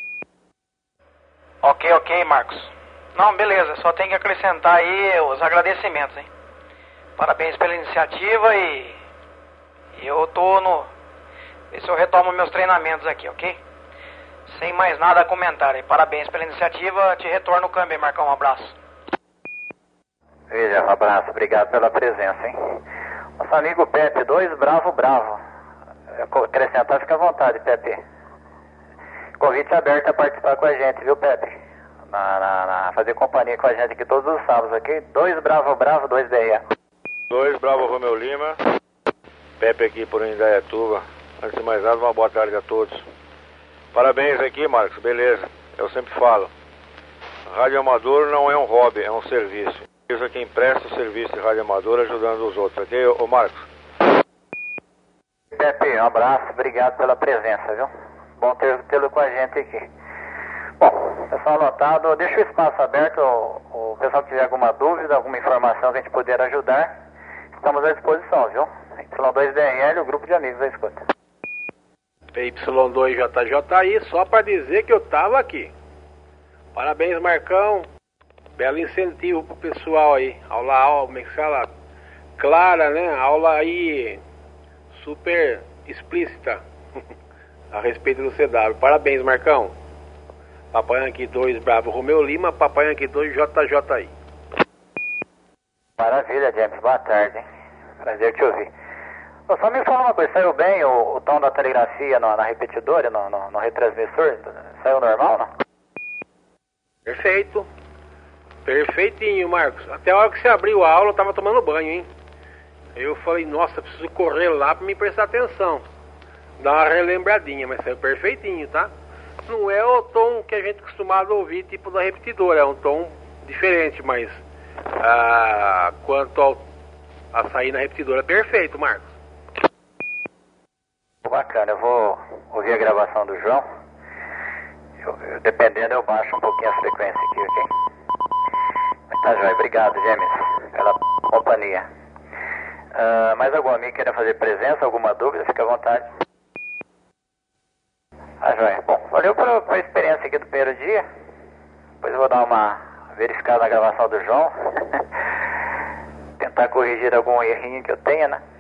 Ok, Marcos. Não, beleza, só tem que acrescentar aí os agradecimentos, hein? Parabéns pela iniciativa e eu tô ver se eu retomo meus treinamentos aqui, ok? Sem mais nada a comentar aí. Parabéns pela iniciativa, te retorno o câmbio, Marcão, um abraço. Veja, um abraço, obrigado pela presença, hein? Nosso amigo Pepe, 2 Bravo. Acrescentar, fica à vontade, Pepe. Convite aberto a participar com a gente, viu, Pepe? Fazer companhia com a gente aqui todos os sábados, ok? 2 Bravo, 2 DRE. 2 Bravo Romeu Lima, Pepe aqui por Indaiatuba. Antes de mais nada, uma boa tarde a todos. Parabéns aqui, Marcos, beleza. Eu sempre falo, rádio amador não é um hobby, é um serviço. Isso é quem presta o serviço de rádio amador ajudando os outros, ok, ô Marcos? Pepe, um abraço, obrigado pela presença, viu? Bom tê-lo com a gente aqui. Bom, pessoal anotado, deixa o espaço aberto, o pessoal que tiver alguma dúvida, alguma informação que a gente puder ajudar, estamos à disposição, viu? Y2DRL, o grupo de amigos da escuta. Y2JJI, só para dizer que eu tava aqui. Parabéns, Marcão. Belo incentivo pro pessoal aí. Aula, como é que fala? Clara, né? Aula aí super explícita a respeito do CW. Parabéns, Marcão. Papai Yankee 2 Bravo Romeu Lima, Papai Yankee 2 JJI. Maravilha, James. Boa tarde, hein? Prazer te ouvir. Só me fala uma coisa, saiu bem o tom da telegrafia na repetidora, no retransmissor? Saiu normal, não? Perfeito. Perfeitinho, Marcos. Até a hora que você abriu a aula, eu tava tomando banho, hein? Eu falei, nossa, preciso correr lá pra me prestar atenção. Dar uma relembradinha, mas saiu perfeitinho, tá? Não é o tom que a gente é acostumado a ouvir, tipo da repetidora, é um tom diferente, mas quanto a sair na repetidora, perfeito, Marcos. Bacana, eu vou ouvir a gravação do João. Dependendo, eu baixo um pouquinho a frequência aqui, ok? Tá, joia. Obrigado, James, pela companhia. Mais algum amigo queira fazer presença, alguma dúvida, fica à vontade. Tá, joia. Bom, valeu pela experiência aqui do primeiro dia. Depois eu vou dar uma verificada na gravação do João. tentar corrigir algum errinho que eu tenha, né?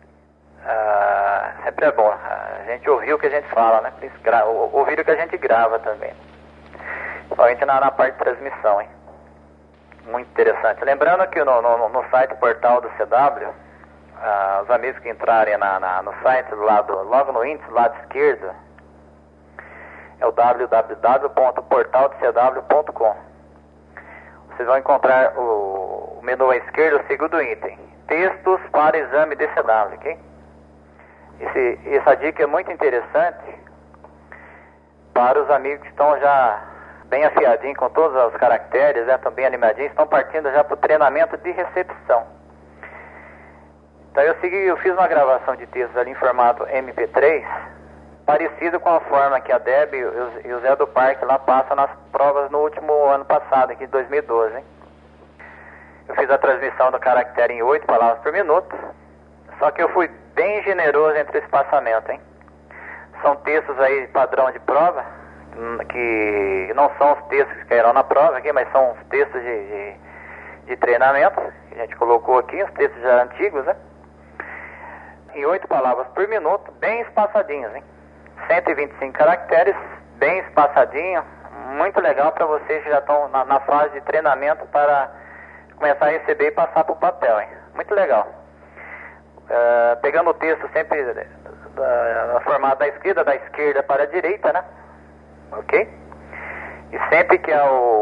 Sempre é bom a gente ouvir o que a gente fala, né? Ouvir o que a gente grava também. Somente na parte de transmissão, hein? Muito interessante. Lembrando que no site portal do CW, os amigos que entrarem no site do lado, logo no índice, do lado esquerdo, é o www.portaldocw.com. Vocês vão encontrar o menu à esquerda, o segundo item, textos para exame de CW, ok? Essa dica é muito interessante para os amigos que estão já bem afiadinhos com todos os caracteres, né? Estão bem animadinhos, estão partindo já para o treinamento de recepção. Então eu fiz uma gravação de textos ali em formato MP3, parecido com a forma que a Deb e o Zé do Parque lá passam nas provas no último ano passado, aqui de 2012, hein? Eu fiz a transmissão do caractere em 8 palavras por minuto, só que eu fui bem generoso entre o espaçamento, hein? São textos aí padrão de prova, que não são os textos que cairão na prova aqui, mas são os textos de treinamento, que a gente colocou aqui, os textos já antigos, né? Em 8 palavras por minuto, bem espaçadinhos, hein? 125 caracteres, bem espaçadinho, muito legal para vocês que já estão na fase de treinamento para começar a receber e passar para o papel, hein? Muito legal. Pegando o texto sempre no formato da esquerda para a direita, né? Ok? E sempre que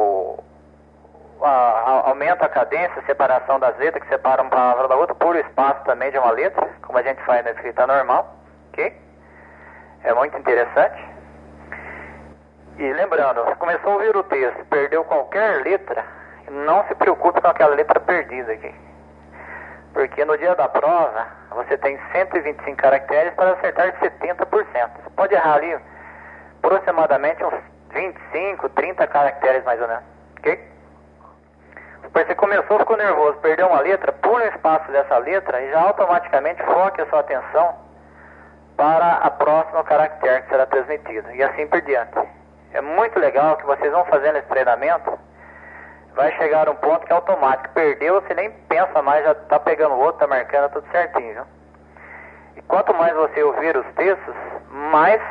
aumenta a cadência, a separação das letras, que separa uma palavra da outra, por espaço também de uma letra, como a gente faz na escrita normal, ok? É muito interessante. E lembrando, começou a ouvir o texto, perdeu qualquer letra, não se preocupe com aquela letra perdida aqui. Porque no dia da prova, você tem 125 caracteres para acertar 70%. Você pode errar ali aproximadamente uns 25, 30 caracteres mais ou menos, ok? Você começou, ficou nervoso, perdeu uma letra, pula o espaço dessa letra e já automaticamente foque a sua atenção para a próxima caractere que será transmitida, e assim por diante. É muito legal que vocês vão fazendo esse treinamento, vai chegar um ponto que é automático, perdeu, você nem pensa mais, já está pegando o outro, está marcando tudo certinho, viu? E quanto mais você ouvir os textos, mais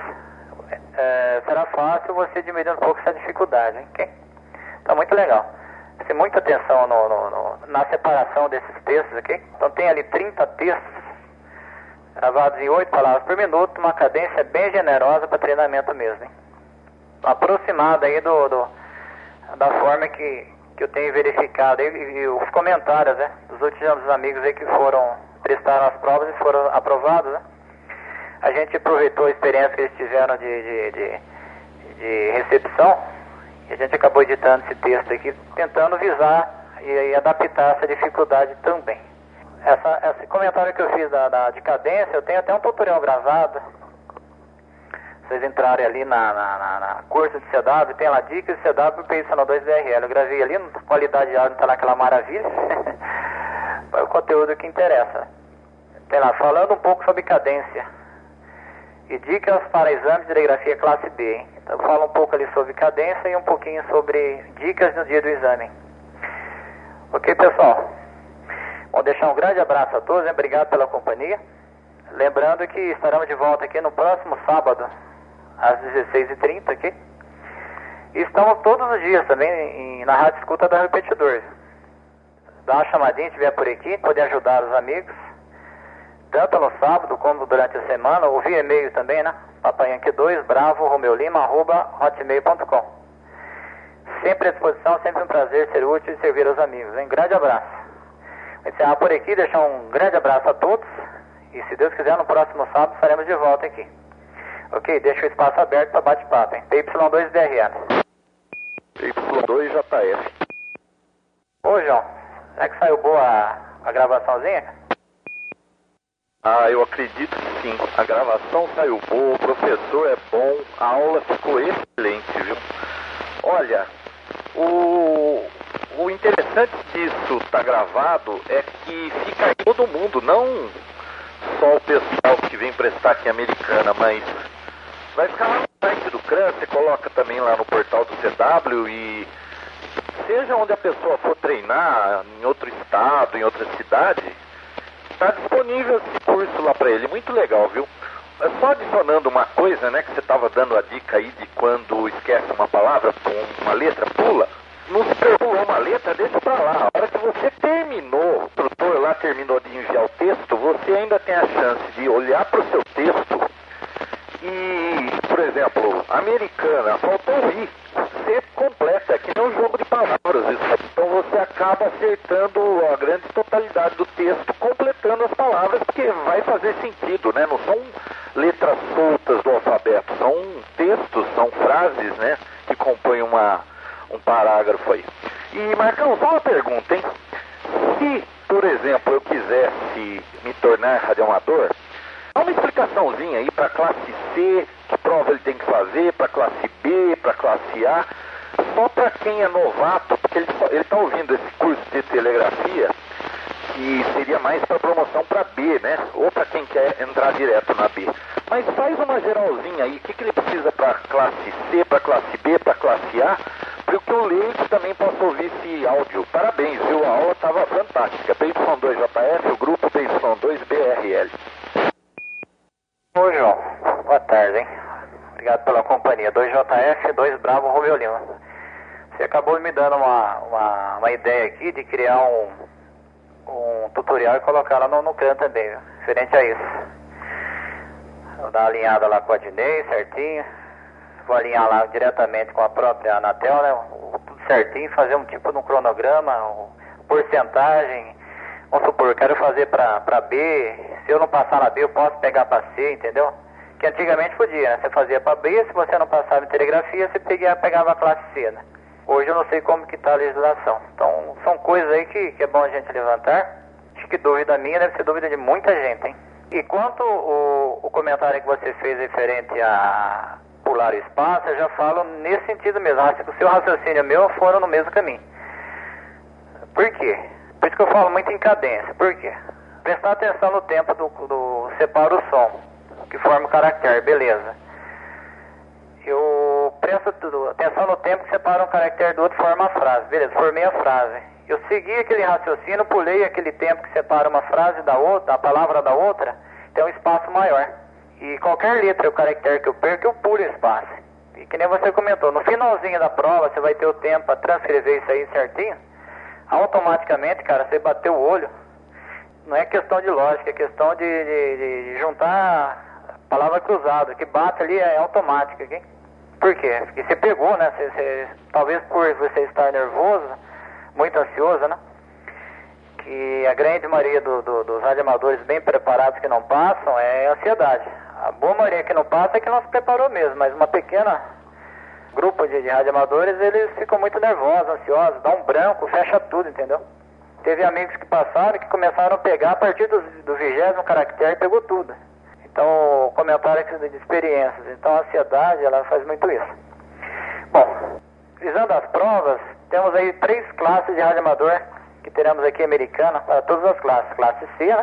será fácil você diminuir um pouco essa dificuldade, hein? Okay? Então, muito legal. Preste muita atenção na separação desses textos, ok? Então tem ali 30 textos gravados em 8 palavras por minuto, uma cadência bem generosa para treinamento mesmo, hein? Aproximada aí da forma que eu tenho verificado aí, e os comentários, né, dos últimos amigos aí que prestaram as provas e foram aprovados, né? A gente aproveitou a experiência que eles tiveram de recepção, e a gente acabou editando esse texto aqui, tentando visar e adaptar essa dificuldade também. Esse comentário que eu fiz de cadência, eu tenho até um tutorial gravado. Vocês entrarem ali na curso de CW, tem lá dicas de CW para PY2DRL. Eu gravei ali, qualidade de áudio está naquela maravilha. É o conteúdo que interessa. Tem lá, falando um pouco sobre cadência e dicas para exames de telegrafia classe B, hein? Então eu falo um pouco ali sobre cadência e um pouquinho sobre dicas no dia do exame. Ok, pessoal? Vou deixar um grande abraço a todos, hein? Obrigado pela companhia. Lembrando que estaremos de volta aqui no próximo sábado, às 16h30, aqui. E estamos todos os dias também na Rádio Escuta da Repetidor. Dá uma chamadinha se estiver por aqui, poder ajudar os amigos, tanto no sábado como durante a semana, ou via e-mail também, né? papayanque2, bravo.romeolima@hotmail.com. Sempre à disposição, sempre um prazer ser útil e servir aos amigos. Um grande abraço. Vou encerrar por aqui, deixar um grande abraço a todos. E se Deus quiser, no próximo sábado estaremos de volta aqui. Ok, deixa o espaço aberto para bate-papo, hein? PY2DRL. PY2JF. Ô, João, será que saiu boa a gravaçãozinha? Ah, eu acredito que sim. A gravação saiu boa, o professor é bom, a aula ficou excelente, viu? Olha, o interessante disso estar gravado é que fica aí todo mundo, não só o pessoal que vem prestar aqui em Americana, mas vai ficar lá no site do CRAN, você coloca também lá no portal do CW e seja onde a pessoa for treinar, em outro estado, em outra cidade, está disponível esse curso lá para ele. Muito legal, viu? Só adicionando uma coisa, né, que você estava dando a dica aí de quando esquece uma palavra, uma letra, pula. Não se pulou uma letra, deixa pra lá. A hora que você terminou, o instrutor lá terminou de enviar o texto, você ainda tem a chance de olhar para o seu texto e, por exemplo, americana, faltou o i. Você completa, que nem um jogo de palavras. Então você acaba acertando a grande totalidade do texto, completando as palavras, porque vai fazer sentido, né? Não são letras soltas do alfabeto, são textos, são frases, né, que compõem um parágrafo aí. E, Marcão, só uma pergunta, hein? Se, por exemplo, eu quisesse me tornar radioamador, dá uma explicaçãozinha aí para classe C, que prova ele tem que fazer, para classe B, para classe A, só para quem é novato, porque ele está ouvindo esse curso de telegrafia, que seria mais para promoção para B, né? Ou para quem quer entrar direto na B. Mas faz uma geralzinha aí, o que ele precisa para classe C, para classe B, para classe A, para que o leigo também possa ouvir esse áudio. Parabéns, viu? A aula estava fantástica. BY2JF, o grupo BY2BRL. Oi, João. Boa tarde, hein? Obrigado pela companhia. 2JF, 2 Bravo, Romeu Lima. Você acabou me dando uma ideia aqui de criar um tutorial e colocar lá no CRAN também, viu? Referente a isso. Vou dar uma alinhada lá com a Dinei, certinho. Vou alinhar lá diretamente com a própria Anatel, né? Tudo certinho, fazer um tipo de um cronograma, porcentagem. Vamos supor, quero fazer para B. Se eu não passar na B, eu posso pegar para C, entendeu? Que antigamente podia, né? Você fazia para B, se você não passava em telegrafia, você pegava a classe C, né? Hoje eu não sei como que está a legislação. Então, são coisas aí que é bom a gente levantar. Acho que dúvida minha deve ser dúvida de muita gente, hein? E quanto o comentário que você fez referente a pular o espaço, eu já falo nesse sentido mesmo. Acho que o seu raciocínio e o meu foram no mesmo caminho. Por quê? Por isso que eu falo muito em cadência. Por quê? Prestar atenção no tempo do separa o som, que forma o caractere, beleza. Eu presto atenção no tempo que separa um caractere do outro e forma a frase, beleza, formei a frase. Eu segui aquele raciocínio, pulei aquele tempo que separa uma frase da outra, a palavra da outra, tem um espaço maior. E qualquer letra, o caractere que eu perco, eu pulo o espaço. E que nem você comentou, no finalzinho da prova, você vai ter o tempo para transcrever isso aí certinho, automaticamente, cara, você bateu o olho. Não é questão de lógica, é questão de juntar palavra cruzada, que bate ali é automática, okay? Por quê? Porque você pegou, né? Talvez por você estar nervoso, muito ansioso, né? Que a grande maioria dos radioamadores bem preparados que não passam é ansiedade. A boa maioria que não passa é que não se preparou mesmo, mas uma pequena grupo de radioamadores, eles ficam muito nervosos, ansiosos, dá um branco, fecha tudo, entendeu? Teve amigos que passaram que começaram a pegar a partir do 20º caractere e pegou tudo. Então, comentário aqui de experiências. Então, a ansiedade, ela faz muito isso. Bom, visando as provas, temos aí 3 classes de radioamador que teremos aqui americana para todas as classes. Classe C, né?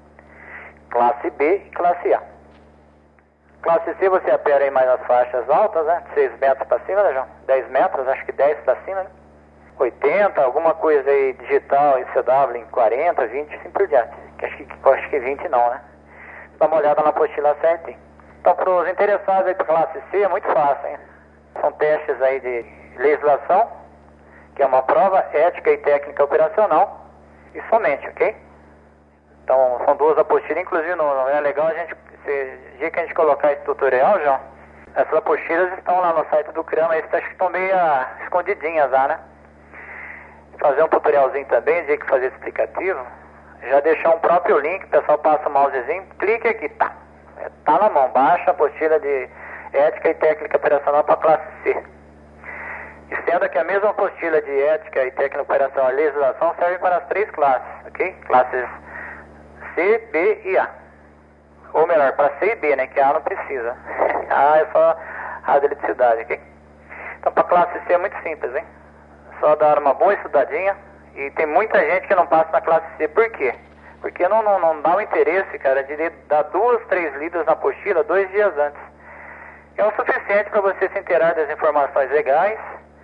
Classe B e classe A. Classe C você opera aí mais nas faixas altas, né? 6 metros para cima, né, João? 10 metros, acho que 10 para cima, né? 80, alguma coisa aí digital e CW em 40, 20, assim por diante. Acho que 20 não, né? Dá uma olhada na apostila certinho. Então, para os interessados aí para classe C, é muito fácil, hein? São testes aí de legislação, que é uma prova ética e técnica operacional, e somente, ok? Então, são 2 apostilas, inclusive não é legal a gente, dia que a gente colocar esse tutorial, João, essas apostilas estão lá no site do CRAN, mas acho que estão meio escondidinhas lá, né? Fazer um tutorialzinho também, dia que fazer esse explicativo, já deixar um próprio link, o pessoal passa o mousezinho, clique aqui, tá na mão, baixa a apostila de ética e técnica operacional para classe C. E sendo que a mesma apostila de ética e técnica operacional e legislação serve para as 3 classes, ok? Classes C, B e A. Ou melhor, para C e B, né? Que A não precisa. A é só radioeletricidade, ok? Então para classe C é muito simples, hein? Só dar uma boa estudadinha. E tem muita gente que não passa na classe C. Por quê? Porque não dá o interesse, cara, de dar 2, 3 lidas na apostila 2 dias antes. É o suficiente para você se inteirar das informações legais,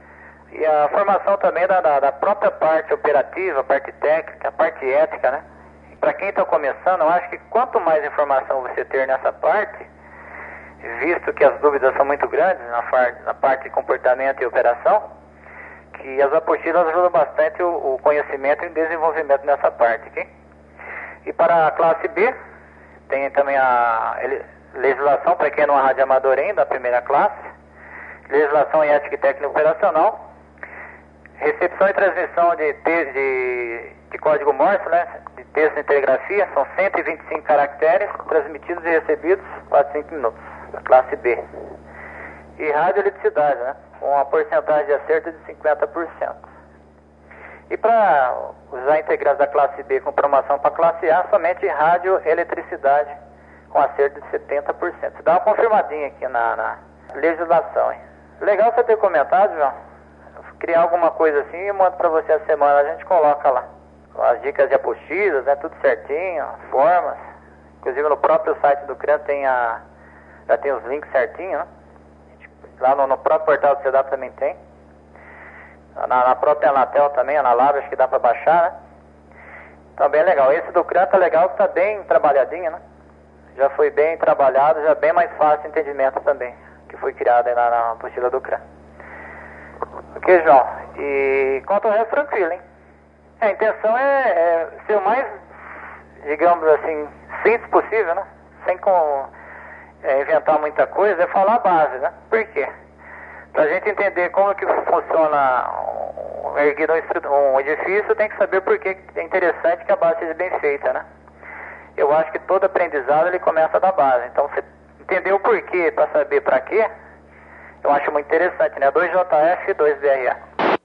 E a formação também da própria parte operativa, parte técnica, parte ética, né? Para quem está começando, eu acho que quanto mais informação você ter nessa parte, visto que as dúvidas são muito grandes na parte de comportamento e operação, que as apostilas ajudam bastante o conhecimento e o desenvolvimento nessa parte, ok? E para a classe B, tem também a legislação para quem não é radioamador ainda, a primeira classe, legislação em ética e técnica operacional, recepção e transmissão de código Morse, né, de texto em telegrafia, são 125 caracteres, transmitidos e recebidos 45 minutos, a classe B. E radioeletricidade, né, com uma porcentagem de acerto de 50%. E para usar integrantes da classe B com promoção para a classe A, somente radioeletricidade com acerto de 70%. Você dá uma confirmadinha aqui na legislação, hein? Legal você ter comentado, João. Criar alguma coisa assim e mando para você a semana, a gente coloca lá as dicas de apostilas, né, tudo certinho, formas, inclusive no próprio site do CRAN já tem os links certinho, né? Lá no próprio portal do CEDAP também tem, na própria Anatel também, a Analab, acho que dá para baixar, né? Então bem legal, esse do CRAN tá legal, que tá bem trabalhadinho, né? Já foi bem trabalhado, já bem mais fácil o entendimento também, que foi criado aí na apostila do CRAN. Ok, João? E quanto ao resto, tranquilo, hein? A intenção é ser o mais, digamos assim, simples possível, né? Sem inventar muita coisa, é falar a base, né? Por quê? Pra gente entender como que funciona erguer um edifício, tem que saber por que é interessante que a base seja bem feita, né? Eu acho que todo aprendizado ele começa da base. Então, você entender o porquê para saber para quê, eu acho muito interessante, né? 2JF e 2BRA.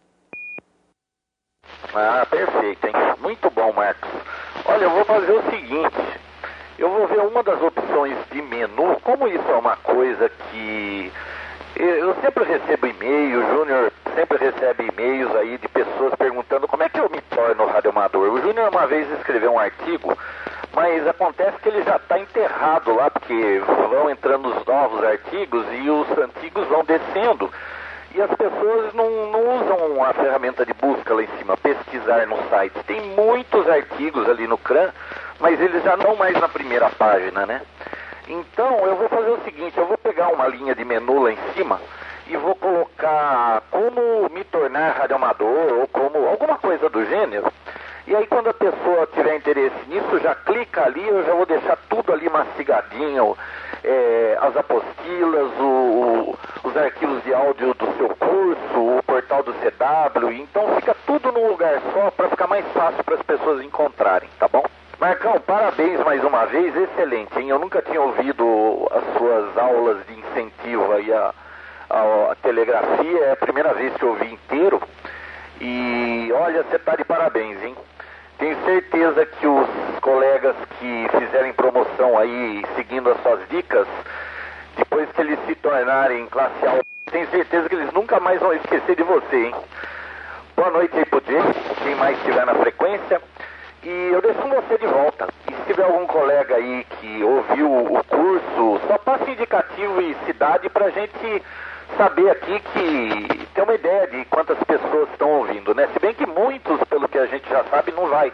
Ah, perfeito, hein? Muito bom, Marcos. Olha, eu vou fazer o seguinte. Eu vou ver uma das opções de menu. Como isso é uma coisa que... Eu sempre recebo e-mail, o Júnior sempre recebe e-mails aí de pessoas perguntando como é que eu me torno radioamador. O Júnior uma vez escreveu um artigo, mas acontece que ele já está enterrado lá, porque vão entrando os novos artigos e os antigos vão descendo. E as pessoas não usam a ferramenta de busca lá em cima, pesquisar no site. Tem muitos artigos ali no CRAN, mas eles já não mais na primeira página, né? Então eu vou fazer o seguinte, eu vou pegar uma linha de menu lá em cima e vou colocar como me tornar radioamador ou como alguma coisa do gênero. E aí quando a pessoa tiver interesse nisso, já clica ali, eu já vou deixar tudo ali mastigadinho, as apostilas, os arquivos de áudio do seu curso, o portal do CW, então fica tudo num lugar só para ficar mais fácil para as pessoas encontrarem, tá bom? Marcão, parabéns mais uma vez, excelente, hein? Eu nunca tinha ouvido as suas aulas de incentivo aí à telegrafia, é a primeira vez que eu ouvi inteiro. E olha, você tá de parabéns, hein? Tenho certeza que os colegas que fizerem promoção aí, seguindo as suas dicas, depois que eles se tornarem classe A, tenho certeza que eles nunca mais vão esquecer de você, hein? Boa noite aí pro Diego, quem mais estiver na frequência. E eu deixo com você de volta. E se tiver algum colega aí que ouviu o curso, só passe indicativo e cidade pra gente saber aqui que tem uma ideia de quantas pessoas estão ouvindo, né? Se bem que muitos, pelo que a gente já sabe, não vai.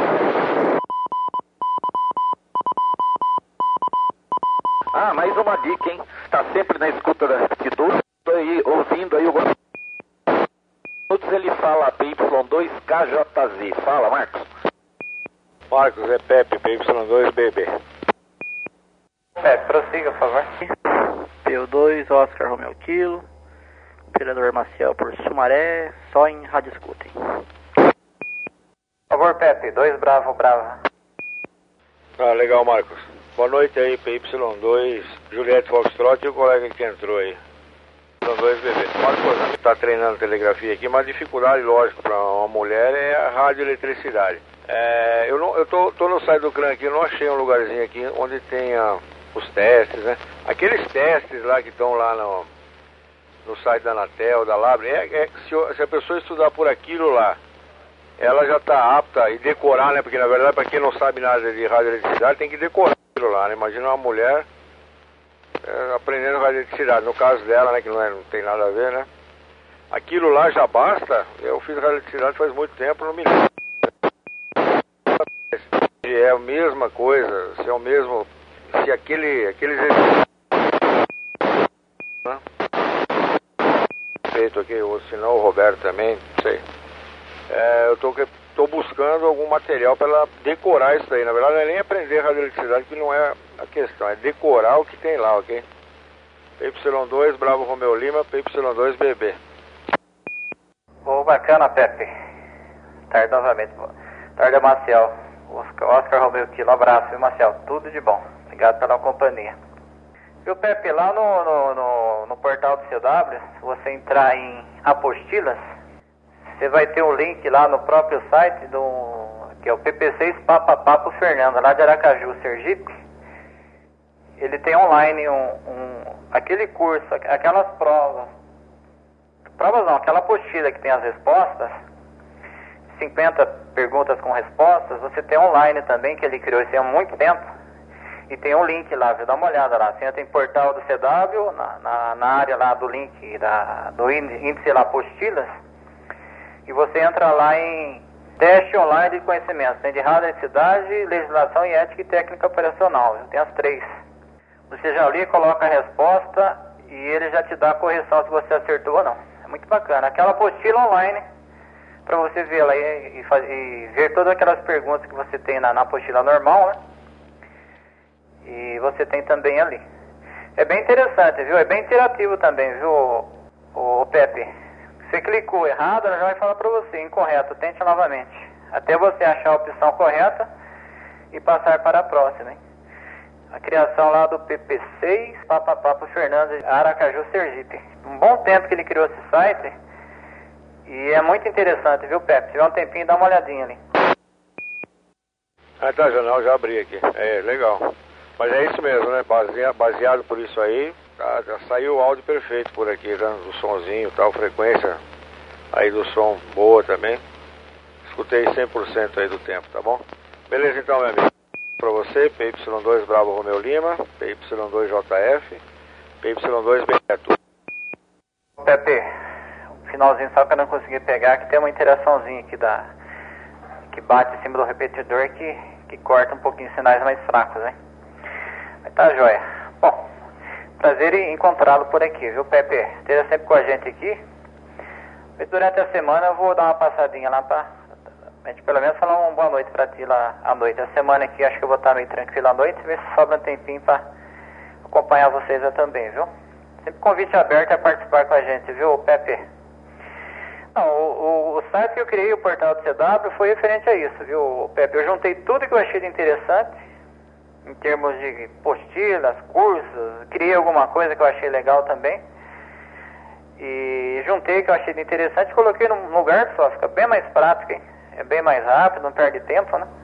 Ah, mais uma dica, hein? Tá sempre na escuta da repetidora, ouvindo aí o ele fala PY2KJZ. Fala, Marcos. Marcos, é Pepe, PY2BB. Pepe, prossiga, por favor. PO2, Oscar Romeo Kilo, operador Maciel por Sumaré, só em rádio escutem. Por favor, Pepe, 2 Bravo. Ah, legal, Marcos. Boa noite aí, PY2, Juliette Foxtrot e o colega que entrou aí. PY2BB. Marcos, está treinando telegrafia aqui, mas a dificuldade, lógico, para uma mulher é a radioeletricidade. Eu tô no site do CRAN aqui, eu não achei um lugarzinho aqui onde tenha os testes, né? Aqueles testes lá que estão lá no site da Anatel, da Labre, se a pessoa estudar por aquilo lá, ela já está apta e decorar, né? Porque na verdade, para quem não sabe nada de radioeletricidade, tem que decorar aquilo lá, né? Imagina uma mulher aprendendo radioeletricidade, no caso dela, né? Que não tem nada a ver, né? Aquilo lá já basta. Eu fiz radioeletricidade faz muito tempo, não me lembro. Se é a mesma coisa, se é o mesmo, se aqueles né? Feito aqui, ou se não o Roberto também, não sei. Eu tô buscando algum material para ela decorar isso daí. Na verdade não é nem aprender radioeletricidade, que não é a questão, é decorar o que tem lá, ok? PY2, Bravo Romeo Lima, PY2 BB. Bacana, Pepe. Tarde novamente. Tarde, Maciel. Oscar Romeo Kilo, abraço, viu, Maciel? Tudo de bom. Obrigado pela companhia. Viu, Pepe, lá no portal do CW, se você entrar em apostilas, você vai ter um link lá no próprio site que é o PP6 Papo Fernando, lá de Aracaju, Sergipe. Ele tem online aquele curso, aquelas provas não, aquela apostila que tem as respostas, 50 perguntas com respostas, você tem online também, que ele criou isso há muito tempo, e tem um link lá, viu? Dá uma olhada lá, você entra em portal do CW, na área lá do link, do índice lá, apostilas, e você entra lá em teste online de conhecimento, tem de radioeletricidade, legislação e ética e técnica operacional, viu? Tem as 3. Você já lê, coloca a resposta e ele já te dá a correção se você acertou ou não. É muito bacana. Aquela apostila online, para você ver lá e ver todas aquelas perguntas que você tem na apostila normal, né? E você tem também ali. É bem interessante, viu? É bem interativo também, viu, o Pepe? Você clicou errado, ela já vai falar para você, incorreto, tente novamente. Até você achar a opção correta e passar para a próxima, hein? A criação lá do PP6 Papo Fernando, Aracaju, Sergipe. Um bom tempo que ele criou esse site e é muito interessante, viu, Pepe? Se tiver um tempinho, dá uma olhadinha ali. Tá, jornal, já abri aqui. É, legal. Mas é isso mesmo, né? Baseado por isso aí, já saiu o áudio perfeito por aqui, né? Do sonzinho e tal, frequência aí do som boa também. Escutei 100% aí do tempo, tá bom? Beleza então, meu amigo. Para você, PY2 Bravo Romeo Lima, PY2 JF, PY2 BB. Pepe, um finalzinho só que eu não consegui pegar, que tem uma interaçãozinha aqui que bate em cima do repetidor que corta um pouquinho os sinais mais fracos, hein? Mas tá joia. Bom, prazer em encontrá-lo por aqui, viu, Pepe? Esteja sempre com a gente aqui. E durante a semana eu vou dar uma passadinha lá pra gente pelo menos falar uma boa noite pra ti lá à noite. A semana aqui acho que eu vou estar meio tranquilo à noite, ver se sobra um tempinho pra acompanhar vocês também, viu? Sempre convite aberto a participar com a gente, viu, Pepe? Não, o site que eu criei, o portal do CW, foi referente a isso, viu, Pepe? Eu juntei tudo que eu achei de interessante, em termos de postilas, cursos, criei alguma coisa que eu achei legal também. E juntei o que eu achei de interessante e coloquei num lugar só, fica bem mais prático, hein? É bem mais rápido, não perde tempo, né?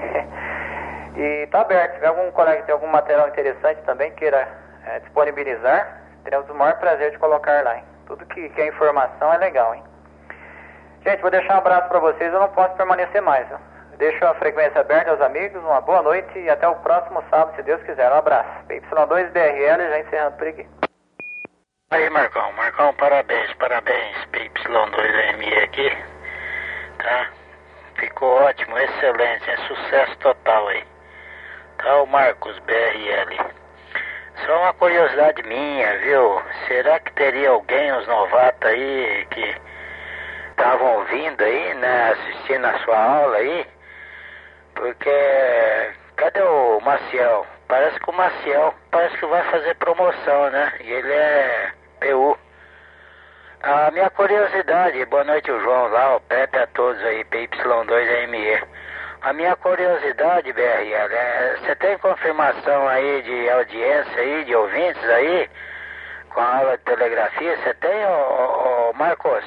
E tá aberto, se tiver algum colega que tem algum material interessante também queira disponibilizar, teremos o maior prazer de colocar lá, hein? Tudo que é informação é legal, hein? Gente, vou deixar um abraço para vocês, eu não posso permanecer mais, viu? Deixo a frequência aberta aos amigos, uma boa noite e até o próximo sábado, se Deus quiser. Um abraço. PY2BRL, já encerrando por aqui. Aí, Marcão, parabéns, PY2ME aqui, tá? Ficou ótimo, excelente, é sucesso total aí. Tá, o Marcos BRL. Só uma curiosidade minha, viu? Será que teria alguém, os novatos aí, que estavam ouvindo aí, né, assistindo a sua aula aí? Porque, cadê o Maciel? Parece que o Maciel vai fazer promoção, né? E ele é PU. A minha curiosidade, boa noite o João lá, o Pepe, a todos aí, PY2ME. A minha curiosidade, BRL, você tem confirmação aí de audiência aí, de ouvintes aí, com a aula de telegrafia? Você tem, ô Marcos?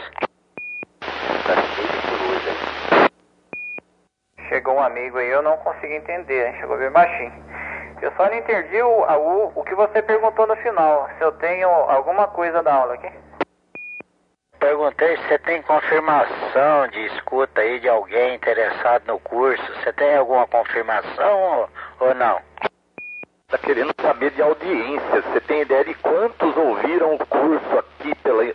Chegou um amigo aí, eu não consegui entender, hein? Chegou bem baixinho. Eu só não entendi o que você perguntou no final, se eu tenho alguma coisa da aula aqui. Perguntei se você tem confirmação de escuta aí de alguém interessado no curso. Você tem alguma confirmação ou não? Está querendo saber de audiência. Você tem ideia de quantos ouviram o curso aqui pela repetição?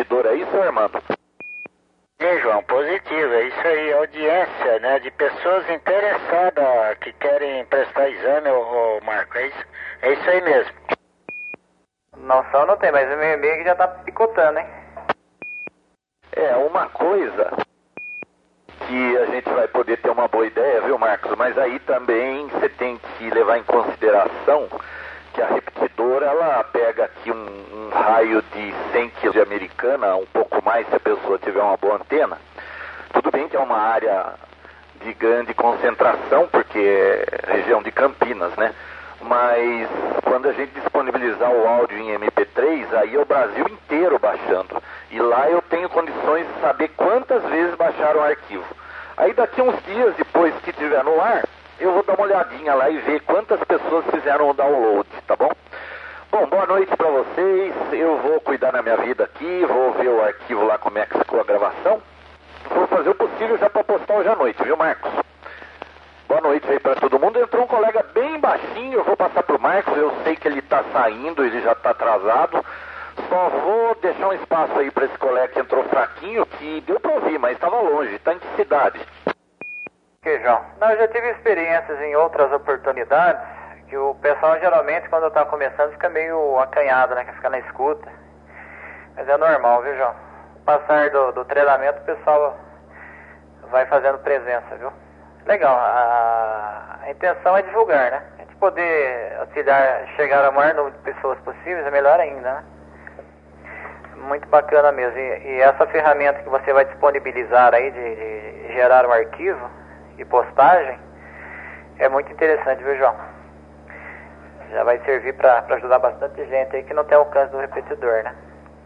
repetidor, é isso, Armando? Sim, João, positivo, é isso aí, audiência, né, de pessoas interessadas que querem prestar exame, ô Marco, é isso aí mesmo. Noção não tem, mas o meu e-mail já tá picotando, hein? É, uma coisa que a gente vai poder ter uma boa ideia, viu, Marcos? Mas aí também você tem que levar em consideração que a repetidora, ela pega aqui um raio de 100 km de Americana, um pouco mais se a pessoa tiver uma boa antena. Tudo bem que é uma área de grande concentração, porque é região de Campinas, né? Mas quando a gente disponibilizar o áudio em MP3, aí é o Brasil inteiro baixando. E lá eu tenho condições de saber quantas vezes baixaram o arquivo. Aí daqui uns dias depois que estiver no ar, eu vou dar uma olhadinha lá e ver quantas pessoas fizeram o download, tá bom? Bom, boa noite pra vocês. Eu vou cuidar da minha vida aqui, vou ver o arquivo lá como é que ficou a gravação. Vou fazer o possível já pra postar hoje à noite, viu, Marcos? Boa noite aí pra todo mundo. Entrou um colega bem baixinho, eu vou passar pro Marcos, eu sei que ele tá saindo, ele já tá atrasado. Só vou deixar um espaço aí pra esse colega que entrou fraquinho, que deu pra ouvir, mas estava longe. Tá em que cidade? Que, João? Não, eu já tive experiências em outras oportunidades, que o pessoal geralmente quando tá começando fica meio acanhado, né? Quer ficar na escuta. Mas é normal, viu, João? Com o passar do treinamento o pessoal vai fazendo presença, viu? Legal, a intenção é divulgar, né? A gente poder auxiliar, chegar ao maior número de pessoas possíveis é melhor ainda, né? Muito bacana mesmo. E essa ferramenta que você vai disponibilizar aí de gerar um arquivo e postagem é muito interessante, viu, João? Já vai servir para ajudar bastante gente aí que não tem alcance do repetidor, né?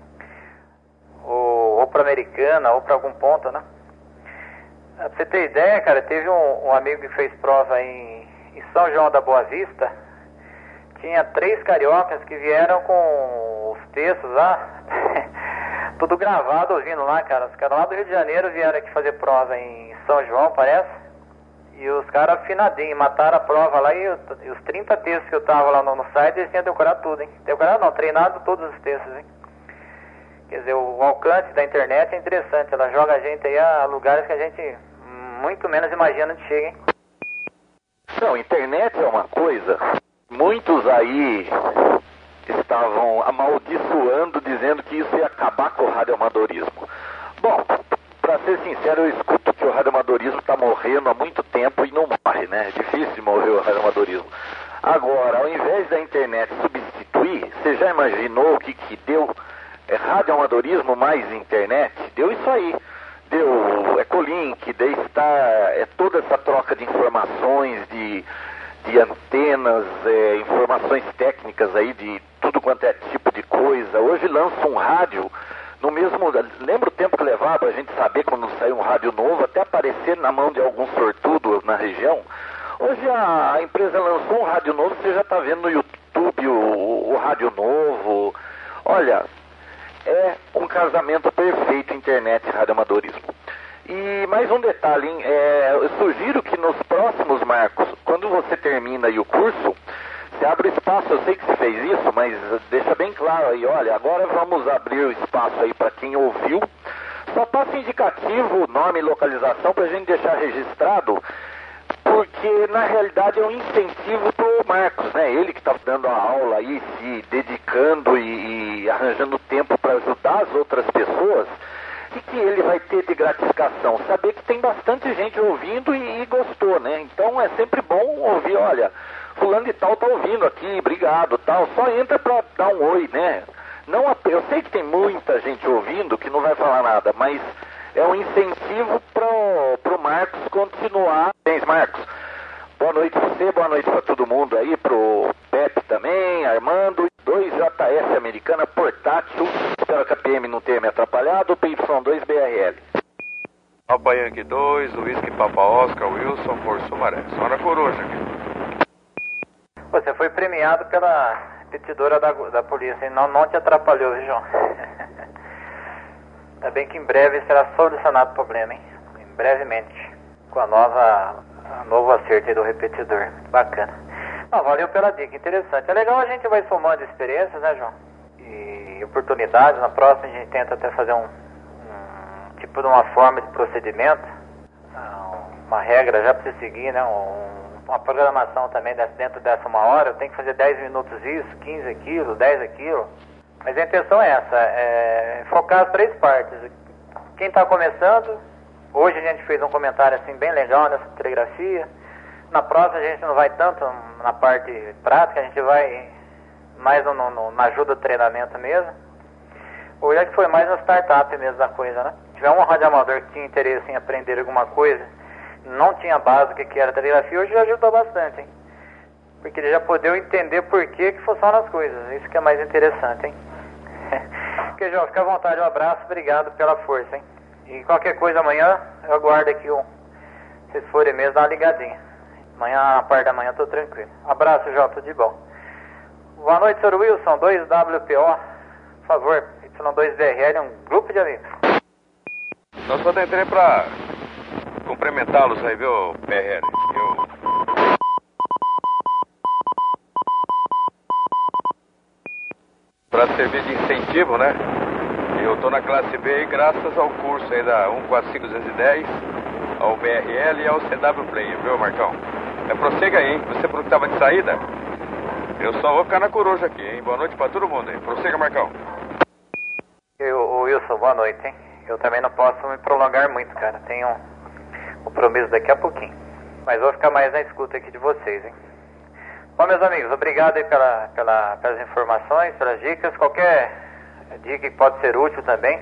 Ou para Americana, ou para algum ponto, né? Pra você ter ideia, cara, teve um amigo que fez prova em São João da Boa Vista. Tinha 3 cariocas que vieram com os textos lá, tudo gravado ouvindo lá, cara. Os caras lá do Rio de Janeiro vieram aqui fazer prova em São João, parece. E os caras afinadinhos, mataram a prova lá e os 30 textos que eu tava lá no site, eles tinham decorado tudo, hein? Decorado não, treinado todos os textos, hein? Quer dizer, o alcance da internet é interessante, ela joga a gente aí a lugares que a gente muito menos imagina onde chega, hein? Não, internet é uma coisa, muitos aí estavam amaldiçoando, dizendo que isso ia acabar com o radioamadorismo. Bom, pra ser sincero, eu escuto que o radioamadorismo tá morrendo há muito tempo e não morre, né? É difícil de morrer o radioamadorismo. Agora, ao invés da internet substituir, você já imaginou o que deu? Radioamadorismo mais internet, deu isso aí. Deu Ecolink, daí está toda essa troca de informações, de antenas, informações técnicas aí de tudo quanto é tipo de coisa. Hoje lança um rádio no mesmo... Lembra o tempo que levava a gente saber quando saiu um rádio novo, até aparecer na mão de algum sortudo na região? Hoje a empresa lançou um rádio novo, você já está vendo no YouTube o rádio novo. Olha... É um casamento perfeito, internet e radioamadorismo. E mais um detalhe, hein? Eu sugiro que nos próximos, Marcos, quando você termina aí o curso, você abre o espaço, eu sei que você fez isso, mas deixa bem claro aí, olha, agora vamos abrir o espaço aí para quem ouviu. Só passa indicativo, nome e localização para a gente deixar registrado, porque na realidade é um incentivo pro Marcos, né? Ele que está dando a aula aí, se dedicando e arranjando tempo para ajudar as outras pessoas, e que ele vai ter de gratificação saber que tem bastante gente ouvindo e gostou, né? Então é sempre bom ouvir, olha, fulano de tal tá ouvindo aqui, obrigado, tal. Só entra para dar um oi, né? Não, eu sei que tem muita gente ouvindo que não vai falar nada, mas é um incentivo pro Marcos continuar. Bem, Marcos, boa noite pra você, boa noite pra todo mundo aí, pro Pepe também, Armando, 2JS Americana portátil, espero que a PM não tenha me atrapalhado, PY2BRL. Papa Yankee 2, Whisky Papa Oscar, Wilson por Sumaré, só na coruja aqui. Você foi premiado pela repetidora da polícia, hein? Não te atrapalhou, viu, João? Ainda bem que em breve será solucionado o problema, hein? Brevemente, com a novo acerto aí do repetidor. Bacana. Valeu pela dica, interessante. É legal, a gente vai somando experiências, né, João? E e oportunidades. Na próxima a gente tenta até fazer um tipo de uma forma de procedimento, uma regra já para você seguir, né? Uma programação também dentro dessa 1 hora. Eu tenho que fazer 10 minutos isso, 15 aquilo, 10 aquilo. Mas a intenção é essa, focar as 3 partes. Quem está começando, hoje a gente fez um comentário assim bem legal nessa telegrafia. Na próxima a gente não vai tanto na parte prática, a gente vai mais na ajuda do treinamento mesmo. Hoje a gente foi mais na startup mesmo da coisa, né? Se tiver um radioamador que tinha interesse em aprender alguma coisa, não tinha base do que era telegrafia, hoje já ajudou bastante, hein? Porque ele já podeu entender por que funcionam as coisas. Isso que é mais interessante, hein? Porque, João, fica à vontade, um abraço, obrigado pela força, hein? E qualquer coisa amanhã, eu aguardo aqui, se vocês forem mesmo, dá uma ligadinha. Amanhã, a parte da manhã, tô tranquilo. Abraço, João, tudo de bom. Boa noite, Sr. Wilson, 2WPO, por favor, Y2BRL, um grupo de amigos. Nós só entrei pra cumprimentá-los aí, viu, PRL? Para servir de incentivo, né? Eu tô na classe B aí graças ao curso aí da 145210, ao BRL e ao CW Player, viu, Marcão? Prossiga aí, hein? Você falou que tava de saída? Eu só vou ficar na coruja aqui, hein? Boa noite pra todo mundo aí. Prossiga, Marcão. Wilson, boa noite, hein? Eu também não posso me prolongar muito, cara. Tenho um compromisso daqui a pouquinho. Mas vou ficar mais na escuta aqui de vocês, hein? Bom, meus amigos, obrigado aí pelas informações, pelas dicas. Qualquer dica que pode ser útil também.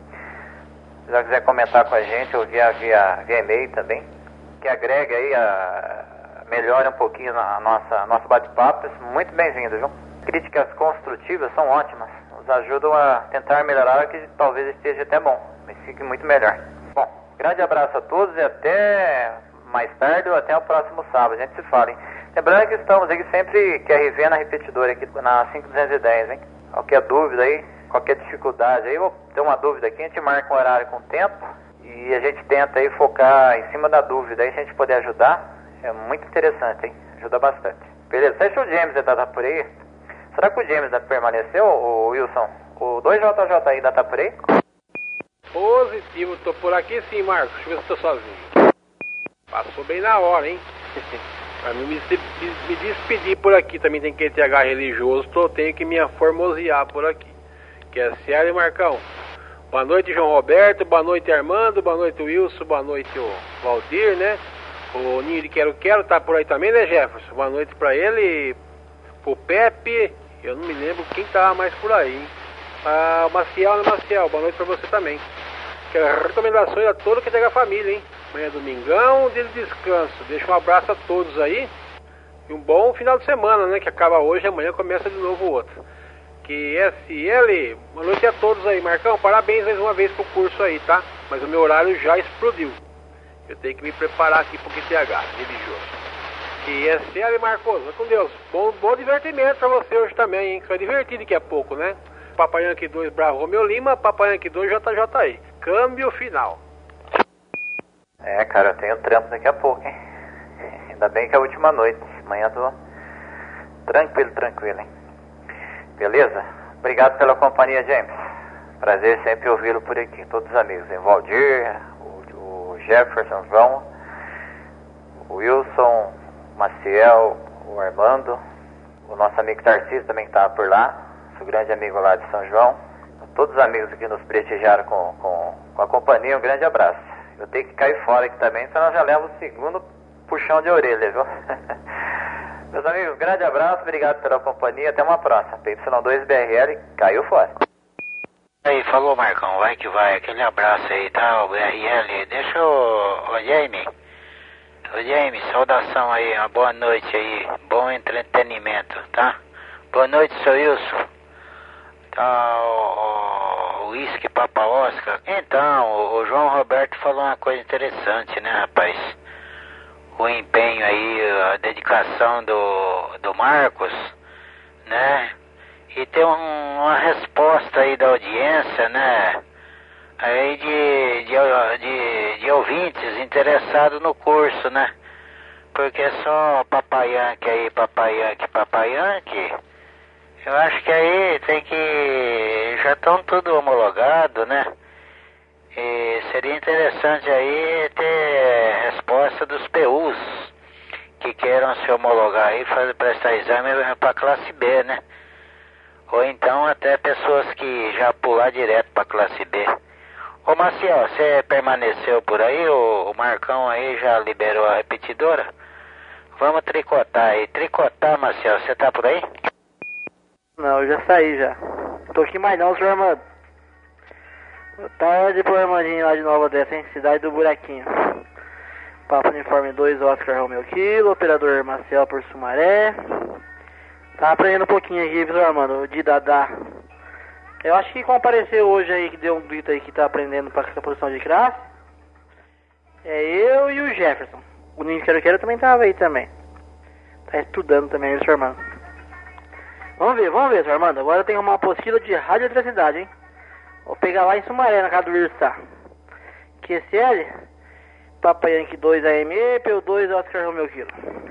Se você quiser comentar com a gente ou via e-mail também, que agregue aí, melhore um pouquinho nosso bate-papo, muito bem-vindo, viu? Críticas construtivas são ótimas, nos ajudam a tentar melhorar o que talvez esteja até bom, mas fique muito melhor. Bom, grande abraço a todos e até mais tarde ou até o próximo sábado, a gente se fala, hein? Lembrando que estamos aqui sempre QRV na repetidora aqui na 5210, hein? Qualquer dúvida aí, qualquer dificuldade aí, vou ter uma dúvida aqui, a gente marca um horário com tempo e a gente tenta aí focar em cima da dúvida aí, se a gente puder ajudar, é muito interessante, hein? Ajuda bastante. Beleza, você achou o James ainda tá por aí? Será que o James ainda permaneceu, o Wilson? O 2JJ ainda tá por aí? Positivo, tô por aqui sim, Marcos, deixa eu ver se tô sozinho. Passou bem na hora, hein? Pra mim me despedir por aqui, também tem QTH religioso, tenho que me formosear por aqui. Que é sério, Marcão. Boa noite, João Roberto, boa noite, Armando, boa noite, Wilson, boa noite, o Valdir, né? O Ninho de Quero tá por aí também, né, Jefferson? Boa noite pra ele, pro Pepe, eu não me lembro quem tava mais por aí, hein? O Maciel, né, Maciel? Boa noite pra você também. Quero recomendações a todo que tem a família, hein? Amanhã é domingão, dia de descanso. Deixa um abraço a todos aí. E um bom final de semana, né? Que acaba hoje e amanhã começa de novo outro. QSL, boa noite a todos aí. Marcão, parabéns mais uma vez pro curso aí, tá? Mas o meu horário já explodiu. Eu tenho que me preparar aqui pro QTH religioso. QSL, Marcos, vai com Deus. Bom divertimento pra você hoje também, hein? Você vai divertir daqui a pouco, né? Papai Yankee 2 Bravo Romeu Lima, Papai Yankee 2 JJI. Câmbio final. Cara, eu tenho trampo daqui a pouco, hein? Ainda bem que é a última noite. Amanhã tô tranquilo, hein? Beleza? Obrigado pela companhia, James. Prazer sempre ouvi-lo por aqui. Todos os amigos, hein? Valdir, o Jefferson, João, o Wilson, o Maciel, o Armando, o nosso amigo Tarcísio também que estava por lá, seu grande amigo lá de São João. Todos os amigos que nos prestigiaram com a companhia, um grande abraço. Eu tenho que cair fora aqui também, senão já levo o segundo puxão de orelha, viu? Meus amigos, grande abraço, obrigado pela companhia, até uma próxima. PY2BRL caiu fora. Aí, falou, Marcão, vai que vai, aquele abraço aí, tá, o BRL. Deixa o Jamie. Ô Jamie, saudação aí, uma boa noite aí, bom entretenimento, tá? Boa noite, seu Wilson. Tá, o Whisky Papa Oscar. Então, o João Roberto falou uma coisa interessante, né, rapaz? O empenho aí, a dedicação do Marcos, né? E tem uma resposta aí da audiência, né? Aí de ouvintes interessados no curso, né? Porque só Papai Yankee aí, Papai Yankee, Eu acho que aí tem que... já estão tudo homologado, né? E seria interessante aí ter resposta dos PUs que queiram se homologar aí, prestar exame para classe B, né? Ou então até pessoas que já pular direto para classe B. Ô Maciel, você permaneceu por aí? O Marcão aí já liberou a repetidora? Vamos tricotar aí. Tricotar, Maciel, você tá por aí? Não, eu já saí já. Tô aqui mais não, senhor Armando. Tarde pro Armandinho lá de Nova Odessa, hein? Cidade do Buraquinho. Papo Uniforme 2, Oscar Romeo Kilo, operador Maciel por Sumaré. Tá aprendendo um pouquinho aqui, senhor Armando, de Dadá. Eu acho que compareceu hoje aí, que deu um grito aí que tá aprendendo pra essa posição de classe. É eu e o Jefferson. O Ninho Quero também tava aí também. Tá estudando também, senhor Armando. Vamos ver, senhor Armando. Agora tem uma apostila de radioeletricidade, hein? Vou pegar lá em Sumaré, na casa do Irsa. QSL, Papai Yankee 2 AME, PU2 Oscar Romeo Kilo.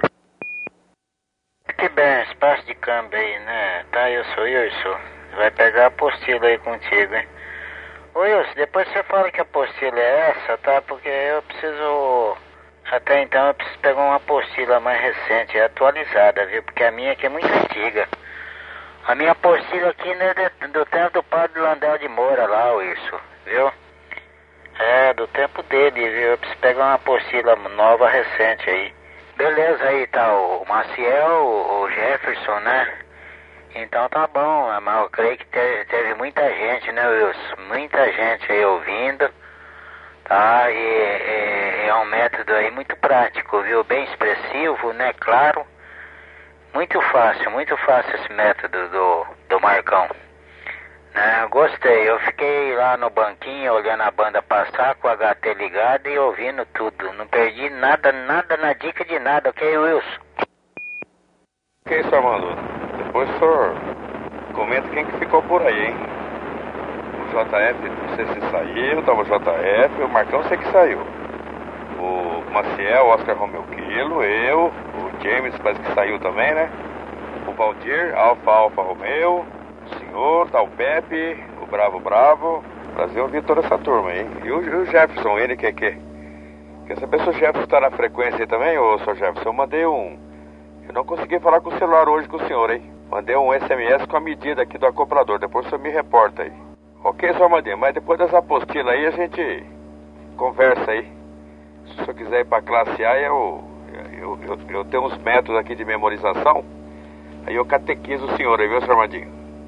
Que bem, espaço de câmbio aí, né? Tá, eu sou Wilson. Vai pegar a apostila aí contigo, hein? Ô Wilson, depois você fala que a apostila é essa, tá? Porque eu preciso... Até então eu preciso pegar uma apostila mais recente, atualizada, viu? Porque a minha aqui é muito antiga. A minha apostila aqui não é do tempo do padre Landel de Moura lá, Wilson, viu? É, do tempo dele, viu? Eu preciso pegar uma apostila nova, recente aí. Beleza, aí tá o Maciel, o Jefferson, né? Então tá bom, mas eu creio que teve muita gente, né, Wilson? Muita gente aí ouvindo, tá? E é um método aí muito prático, viu? Bem expressivo, né? Claro. Muito fácil esse método do Marcão. Né? Gostei, eu fiquei lá no banquinho olhando a banda passar com o HT ligado e ouvindo tudo. Não perdi nada na dica de nada, ok, Wilson? Que isso, Armando? Depois o senhor comenta quem que ficou por aí, hein? O JF, não sei se saiu, tava o JF, o Marcão sei que saiu. O Maciel, Oscar Romeo Kilo, eu, o James parece que saiu também, né? O Valdir, Alfa Romeo, o senhor, tá o Pepe, o Bravo. Prazer ouvir toda essa turma aí. E o Jefferson, ele quer saber se o Jefferson tá na frequência aí também, ô senhor Jefferson? Eu mandei eu não consegui falar com o celular hoje com o senhor, hein? Mandei um SMS com a medida aqui do acoplador, depois o senhor me reporta aí. Ok, senhor Armandinho, mas depois dessa apostila aí a gente conversa aí. Se o senhor quiser ir para classe A, eu tenho uns métodos aqui de memorização. Aí eu catequizo o senhor aí, viu, senhor Armandinho?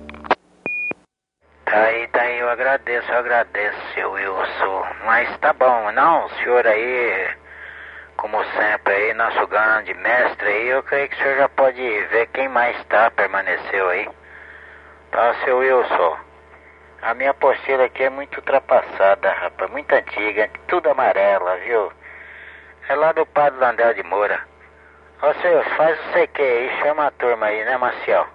Tá aí, eu agradeço, seu Wilson. Mas tá bom, não, o senhor aí, como sempre aí, nosso grande mestre aí, eu creio que o senhor já pode ver quem mais permaneceu aí. Tá, seu Wilson? A minha apostila aqui é muito ultrapassada, rapaz, muito antiga, tudo amarela, viu? É lá do padre Landel de Moura. Ô senhor, faz o CQ aí, chama a turma aí, né, Maciel?